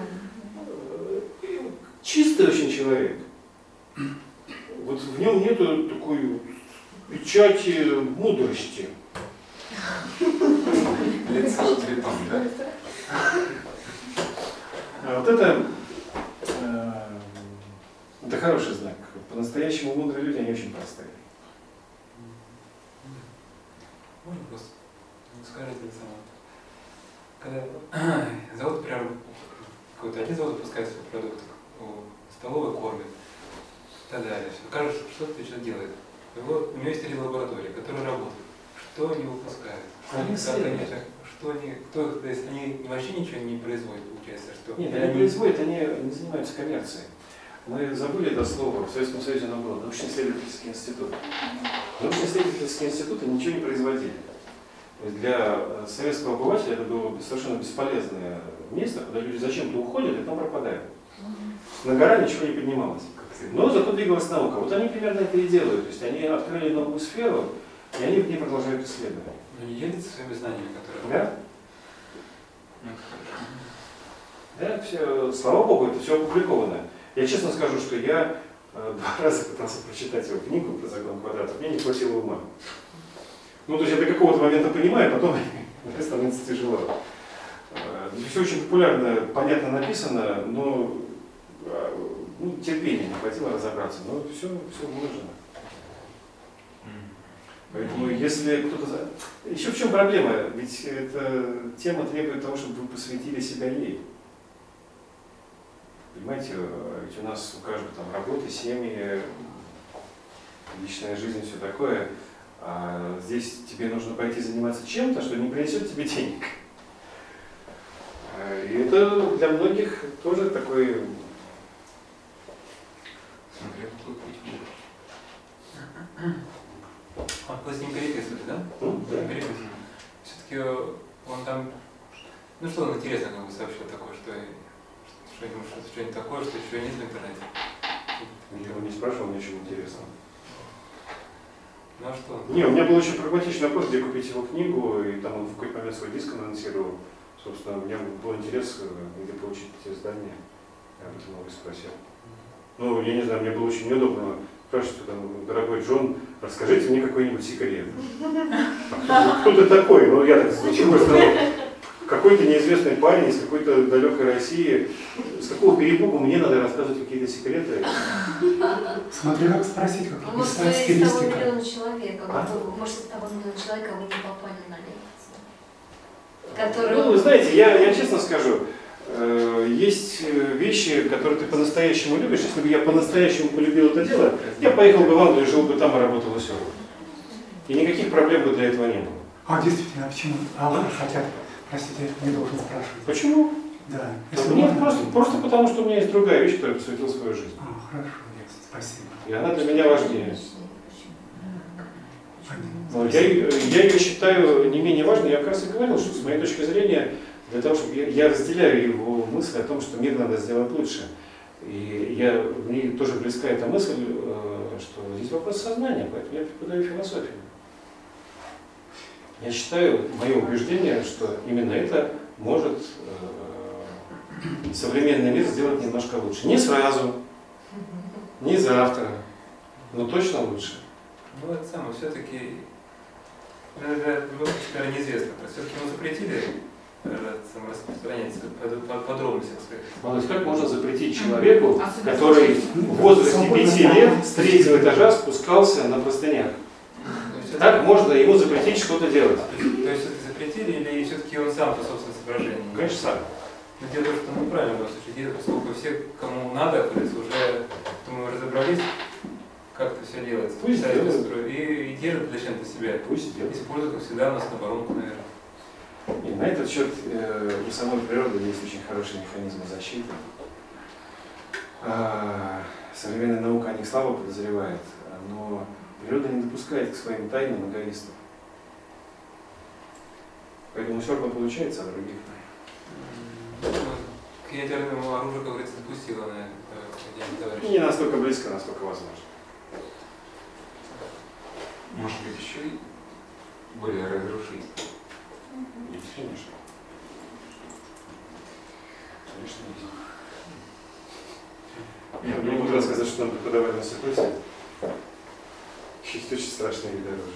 чистый очень человек. Вот в нем нету такой печати мудрости. Лицо цветом, да? А вот это, э, это хороший знак. По-настоящему мудрые люди, они очень простые. Можно просто скажите это самое. Когда завод, например, какой-то один завод выпускает свой продукт, столовый кормит и так далее. Все. Кажется, что что-то что делает. Его, у него есть три лаборатории, которые работают. Что они выпускают? Что Они они, как они, исследуют. что они, кто, то есть они вообще ничего не производят, получается, что... Нет, они производят, они не занимаются коммерцией. Мы забыли это слово, в Советском Союзе оно было научно-исследовательский институт. Научно-исследовательские институты ничего не производили. То есть для советского обывателя это было совершенно бесполезное место, куда люди зачем-то уходят и там пропадают. На гора ничего не поднималось. Но зато двигалась наука. Вот они примерно это и делают. То есть они открыли новую сферу, и они в ней продолжают исследовать. Но не делится своими знаниями, которые... Да? Ну, это хорошо. Да, все, слава богу, это все опубликовано. Я честно скажу, что я э, два раза пытался прочитать его книгу про закон квадратов, мне не хватило ума. Ну, то есть я до какого-то момента понимаю, потом становится тяжело. Э, все очень популярно, понятно написано, но э, ну, терпения не хватило разобраться. Но все, все выложено. Поэтому если кто-то... За... Еще в чем проблема? Ведь эта тема требует того, чтобы вы посвятили себя ей. Понимаете, ведь у нас у каждого там работы, семьи, личная жизнь, все такое. А здесь тебе нужно пойти заниматься чем-то, что не принесет тебе денег. И это для многих тоже такой... Смотря какой путь будет. Он после ним переписывает, да? Ну, да. Переписывает. Все-таки он там, ну что он интересно как бы сообщил такое, что что-нибудь что, что такое, что еще нет в интернете. Ничего не спрашивал, ничего интересного. Ну а что? Не, у меня был очень прагматичный вопрос, где купить его книгу, и там он в какой-то момент свой диск анонсировал. Собственно, у меня был интерес, где получить эти издания. Я об этом его и спросил. Ну, я не знаю, мне было очень неудобно спрашивать, там, дорогой Джон, расскажите мне какой-нибудь секрет. А кто, кто ты такой? Ну, я так звучу, какой-то неизвестный парень из какой-то далекой России. С какого перепугу мне надо рассказывать какие-то секреты? Смотри, как спросить, как А может, написать из того стилистика. миллиона человек, А? может, из того миллиона человека вы не попали на лекцию, которые... Ну, вы знаете, я, я честно скажу, э, есть вещи, которые ты по-настоящему любишь. Если бы я по-настоящему полюбил это дело, я поехал бы в Англию, жил бы там и работал все. И никаких проблем бы для этого не было. А действительно, а почему авторы хотят, простите, не должен спрашивать. Почему? Да. Да нет, просто, просто потому, что у меня есть другая вещь, которая посвятила свою жизнь. А, хорошо, ясно, спасибо. И она для меня важнее. Понятно. Но я, я ее считаю не менее важной. Я как раз и говорил, что с моей точки зрения, для того, чтобы я, я разделяю его мысль о том, что мир надо сделать лучше. И я, мне тоже близка эта мысль, что здесь вопрос сознания, поэтому я преподаю философию. Я считаю, мое убеждение, что именно это может э, современный мир сделать немножко лучше. Не сразу, не завтра, но точно лучше. Ну это самое, все-таки, это наверное, неизвестно. Все-таки мы запретили распространять подробности своих. Малыш, как можно запретить человеку, который в возрасте пяти лет с третьего этажа спускался на простынях? Как можно ему запретить что-то делать? То есть это запретили или все-таки он сам по собственным соображениям? Конечно, сам. Но дело в том, что неправильно в этом случае, поскольку все, кому надо, уже мы разобрались, как это все делается. Пусть делают. И, и держат зачем-то себя. Пусть делают. Используют, как всегда, у нас на оборонку, наверное. И на этот счет э, у самой природы есть очень хорошие механизмы защиты. А, современная наука о них слабо подозревает, но природа не допускает к своим тайнам эгоистов. Поэтому все равно получается, а других нет. К ядерному оружию, как говорится, допустила, наверное, товарищ. Не настолько близко, насколько возможно. Может быть, еще и более разрушить. Есть, конечно. Конечно, есть. Я не буду рассказать, что нам преподавали в институте. Есть очень страшные виды оружия.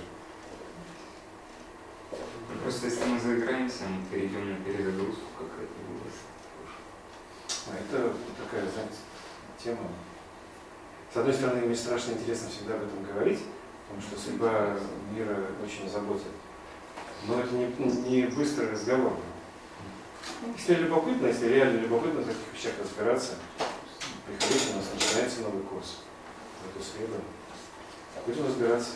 Просто если мы заиграемся, мы перейдем на перезагрузку, как это было. А это такая, знаете, тема. С одной стороны, мне страшно интересно всегда об этом говорить, потому что судьба мира очень заботит. Но это не, не быстрый разговор. Если любопытно, если реально любопытно в таких вещах разбираться, приходите, у нас начинается новый курс в эту среду. Будем разбираться.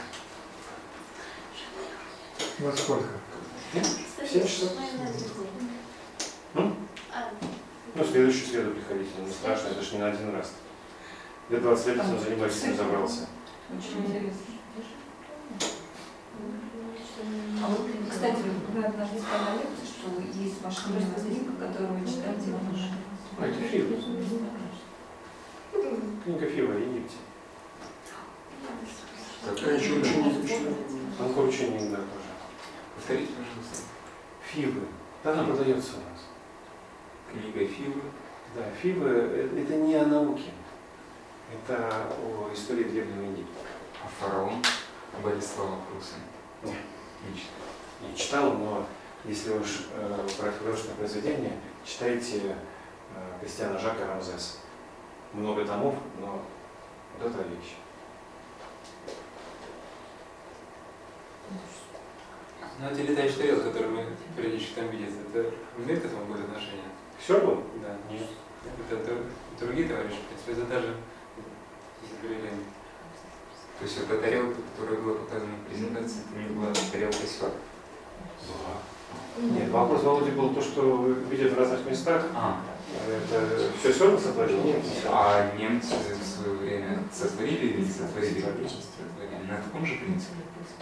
Во сколько? Семь часов. Ну, в следующую среду приходите, не страшно, это же не на один раз. Я двадцать лет этим занимаюсь, не забрался. Очень интересно. А вот, кстати, вы однажды сказали, что есть машинная книга, которую вы читаете на душе. А, это Фива. Книга Фива, идите. Какая Еще очень изучена. Там учение, да, тоже. Повторите, пожалуйста. Фивы. Да, она продается у нас. Книга Фивы. Да, Фивы – это не о науке. Это о истории Древнего Египта. А фараон Болеслава Пруса. Нет. Не читал. Не читал, но если уж э, брать художественное произведение, читайте э, Кристиана Жака Рамзеса. Много томов, но вот это вещь. Ну, эти летающие тарелки, которые мы периодически там видим, это имеет к этому какое-то отношение? К Сёрбу? Да. Нет. Это, это другие товарищи, в принципе, это даже изобретение. То есть эта тарелка, которая была показана в презентации, это не была тарелка сёр. Нет, вопрос Володи был то, что видят в разных местах. А, Это все Сёрбу сотворили? Нет. а немцы в свое время сотворили или не сотворили? Сотворили. На таком же принципе?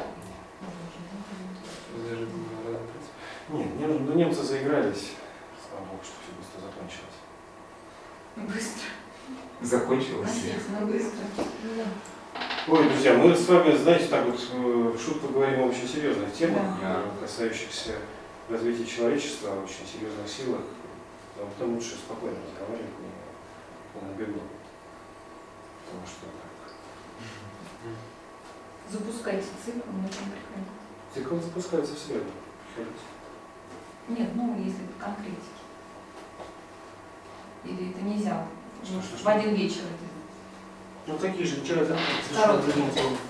Даже на разных принципах. Нет, нем- ну, немцы заигрались. Слава богу, что все быстро закончилось. Быстро. Закончилось. Естественно, быстро. Ой, друзья, мы с вами, знаете, так вот э, в шутку говорим о очень серьезных темах, Да. э, касающихся развития человечества, о очень серьезных силах. Потому что лучше спокойно разговаривать, не полном бегу. Потому что так. Запускайте цикл, можем приходить. Цикл запускается в среду. Нет, ну если по конкретике. Или это нельзя Что, ну, что, в что? один вечер это. Ну такие же вчера, да? Короткие.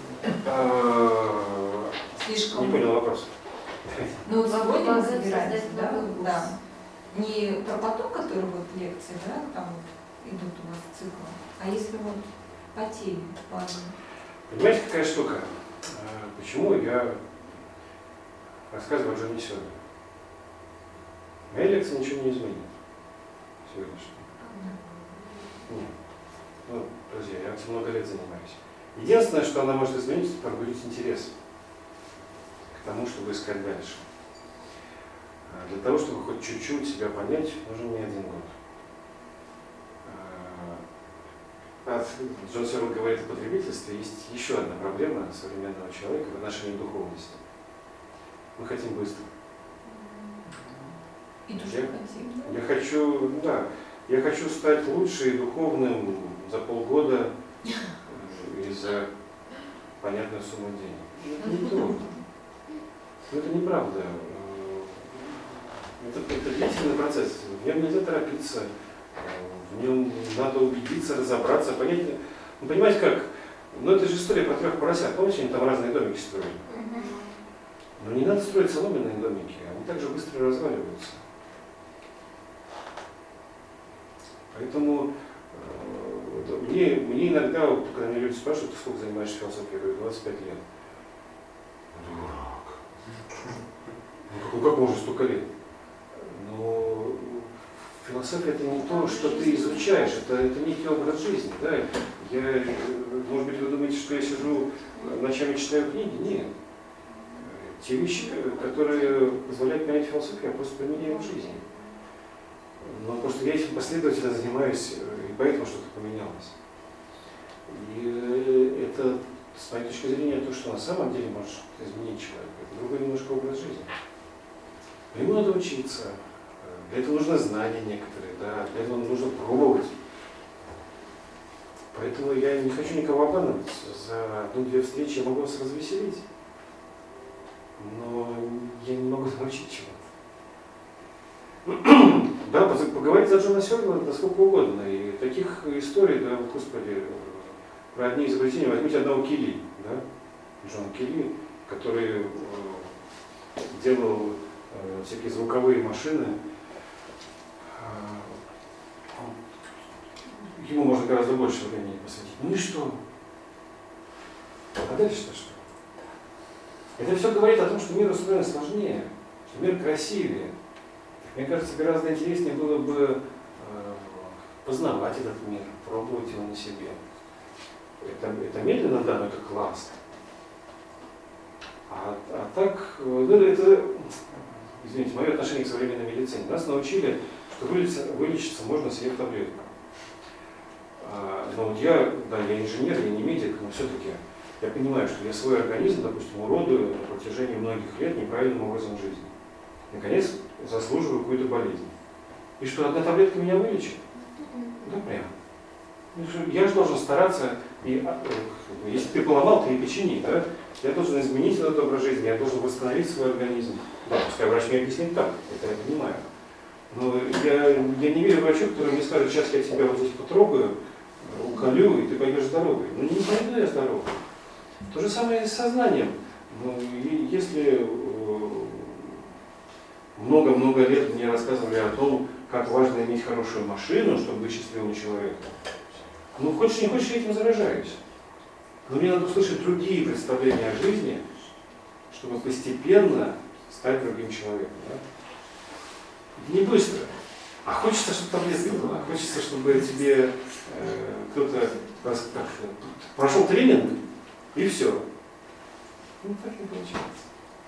А, Слишком. Не понял вопрос. Ну вот сегодня мы Помогать собираемся, создать да, новый курс. да. Не про поток, который вот лекции, да, там идут у вас циклы, а если вот по теме, по одной. Понимаете, какая штука? А, Почему я рассказываю о Джоне Сёрбе? Моя лекция ничего не изменит сегодняшняя. Нет. Ну, друзья, я этим много лет занимаюсь. Единственное, что она может изменить, это пробудить интерес к тому, чтобы искать дальше. А Для того, чтобы хоть чуть-чуть себя понять, нужен не один год. А, а Джон Сёрб говорит о потребительстве. Есть еще одна проблема современного человека в отношении духовности. Мы хотим быстро. И то, Я- что хотим, да? Я хочу, да, я хочу стать лучше и духовным за полгода э, и за понятную сумму денег. Это не то. Но это неправда. Э, Это, это длительный процесс. В нем нельзя торопиться. э, В нем надо убедиться, разобраться, понять. Ну, понимаете как? Ну это же история про трех поросят. Помните, они там разные домики строили? Но не надо строить соломенные домики, они также быстро разваливаются. Поэтому э, вот мне, мне иногда, вот, когда меня люди спрашивают, ты сколько занимаешься философией, я говорю, двадцать пять лет. Дурак. Ну как, как можно столько лет? Но философия это не то, что ты изучаешь, это, это некий образ жизни. Да? Я, э, может быть, вы думаете, что я сижу ночами читаю книги? Нет. Те вещи, которые позволяют понять философию, я просто применяю в жизни. Но просто я этим последовательно занимаюсь, и поэтому что-то поменялось. И это, с моей точки зрения, то, что на самом деле может изменить человека. Это другой немножко образ жизни. Ему надо учиться. Для этого нужно знания некоторые, да, для этого нужно пробовать. Поэтому я не хочу никого обманывать. За одну-две встречи я могу вас развеселить. Но я не могу научить чего-то. Да, поговорить за Джона Сёрба да сколько угодно. И таких историй, да, господи, про одни изобретения, возьмите одного Келли, да, Джон Келли, который э, делал э, всякие звуковые машины. Э, ему можно гораздо больше времени посвятить. Ну и что? А дальше-то что? Это все говорит о том, что мир устроен сложнее, что мир красивее. Мне кажется, гораздо интереснее было бы э, познавать этот мир, пробовать его на себе. Это, это медленно, да, но это классно. А, а так, ну, это, извините, мое отношение к современной медицине. Нас научили, что вылечиться, вылечиться можно, съев таблетку. А, но вот я, да, я инженер, я не медик, но все-таки я понимаю, что я свой организм, допустим, уродую на протяжении многих лет неправильным образом жизни. Наконец, заслуживаю какую-то болезнь. И что, одна таблетка меня вылечит? Да прям. Я же должен стараться, и, если ты поломал, ты и почини, да? Я должен изменить этот образ жизни, я должен восстановить свой организм. Да, пускай врач мне объяснит так, это я понимаю. Но я, я не верю врачу, который мне скажет, сейчас я тебя вот здесь потрогаю, уколю, и ты пойдешь здоровый. Ну не пойду я здоровый. То же самое и с сознанием. Ну, и если много-много лет мне рассказывали о том, как важно иметь хорошую машину, чтобы быть счастливым человеком, ну хочешь не хочешь, я этим заражаюсь. Но мне надо услышать другие представления о жизни, чтобы постепенно стать другим человеком. Да? Не быстро. А хочется, чтобы таблетка была. Хочется, чтобы тебе э, кто-то так, прошел тренинг, и все. Ну так не получается.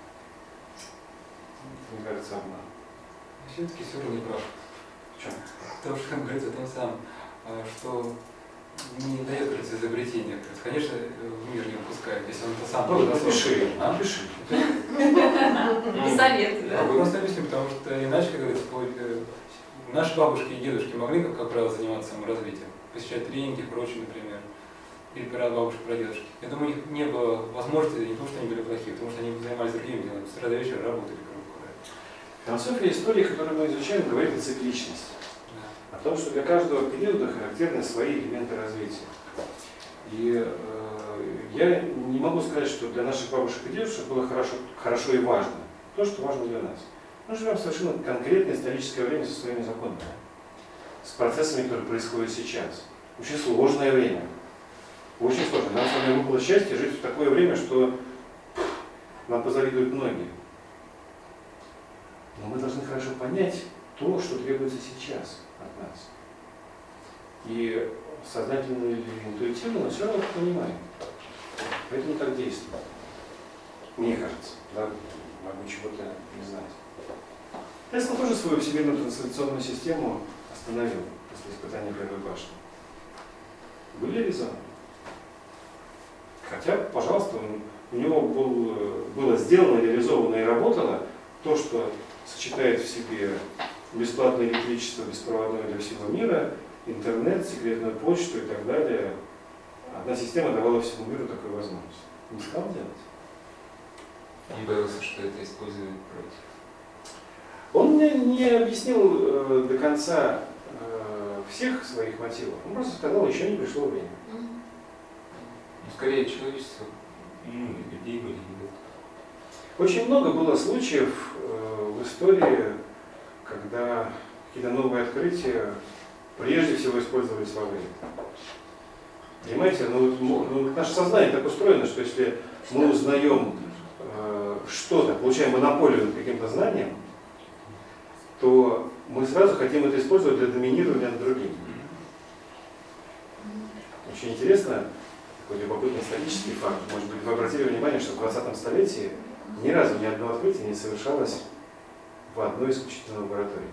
Мне кажется, обман. Все-таки все равно не прав. В чем? Потому что говорится о том самом, что не дает, кажется, изобретения. Конечно, в мир не выпускает, если он это сам... Ну, напиши, а? напиши. Не советую, да? Я просто объясню, потому что иначе, как говорится, наши бабушки и дедушки могли, как, как правило, заниматься саморазвитием, посещать тренинги и прочее, например, или про бабушек, про дедушек. Я думаю, у них не было возможности не потому, что они были плохие, потому что они занимались другими делами, с утра до вечера работали, грубо говоря. Философия истории, которую мы изучаем, говорит о цикличности. О том, что для каждого периода характерны свои элементы развития. И э, я не могу сказать, что для наших бабушек и дедушек было хорошо, хорошо и важно то, что важно для нас. Мы живем в совершенно конкретное историческое время со своими законами, с процессами, которые происходят сейчас. Очень сложное время. Очень сложно. Нам с вами выпало счастье жить в такое время, что нам позавидуют многие. Но мы должны хорошо понять то, что требуется сейчас от нас. И сознательно или интуитивно, но все равно это понимаем. Поэтому так действуем. Мне кажется. Да? Могу чего-то не знать. Тесла тоже свою всемирную трансляционную систему остановил после испытания первой башни. Были резоны. Хотя, пожалуйста, у него был, было сделано, реализовано и работало то, что сочетает в себе бесплатное электричество, беспроводное для всего мира, интернет, секретную почту и так далее. Одна система давала всему миру такую возможность. Не стал делать. Он боялся, что это используют против. Он мне не объяснил э, до конца э, всех своих мотивов. Он просто сказал, еще не пришло время. Ну, скорее, человечество, ну, и людей были не готовы. Очень много было случаев э, в истории, когда какие-то новые открытия прежде всего использовались во время. Понимаете, ну, ну, наше сознание так устроено, что если мы узнаем э, что-то, получаем монополию над каким-то знанием, то мы сразу хотим это использовать для доминирования над другим. Очень интересно, такой любопытный исторический факт. Может быть, вы обратили внимание, что в двадцатом столетии ни разу ни одно открытие не совершалось в одной исключительной лаборатории.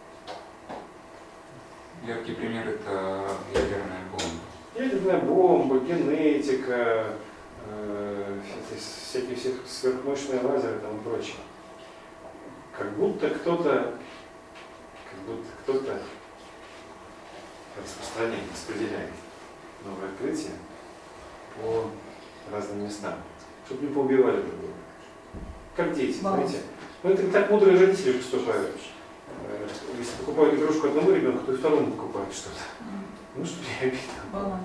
Яркий пример – это ядерная бомба. Ядерная бомба, генетика, э, всякие всех сверхмощные лазеры там и прочее. Как будто кто-то, как будто кто-то распространяет, распределяет новые открытия по разным местам, чтобы не поубивали друг друга. Как дети, знаете. Ну это так мудрые родители поступают. Если покупают игрушку одному ребенку, то и второму покупают что-то. Ну, что не обидно. Баланс.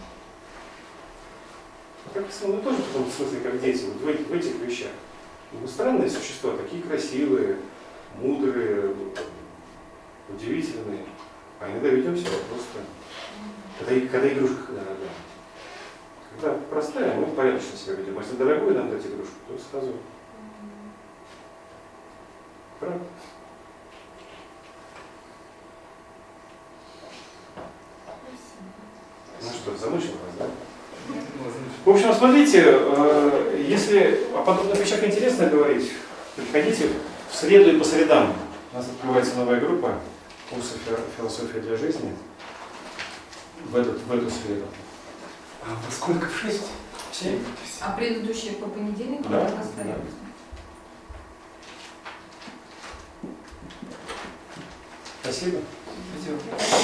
Как мы тоже в том смысле, как дети, вот в, этих, в этих вещах. Мы странные существа, такие красивые, мудрые, удивительные. А иногда ведем себя просто, когда, когда игрушка дорогая. Когда простая, мы порядочно себя ведем. А если дорогую нам дать игрушку, то сразу. Правда? Ну что, замучил вас, да? В общем, смотрите, если о подобных вещах интересно говорить, приходите в среду и по средам. У нас открывается новая группа курса «Философия для жизни» в, этот, в эту среду. А во сколько? В шесть? Все. А предыдущие по понедельникам Да, как остаются? Спасибо. Спасибо.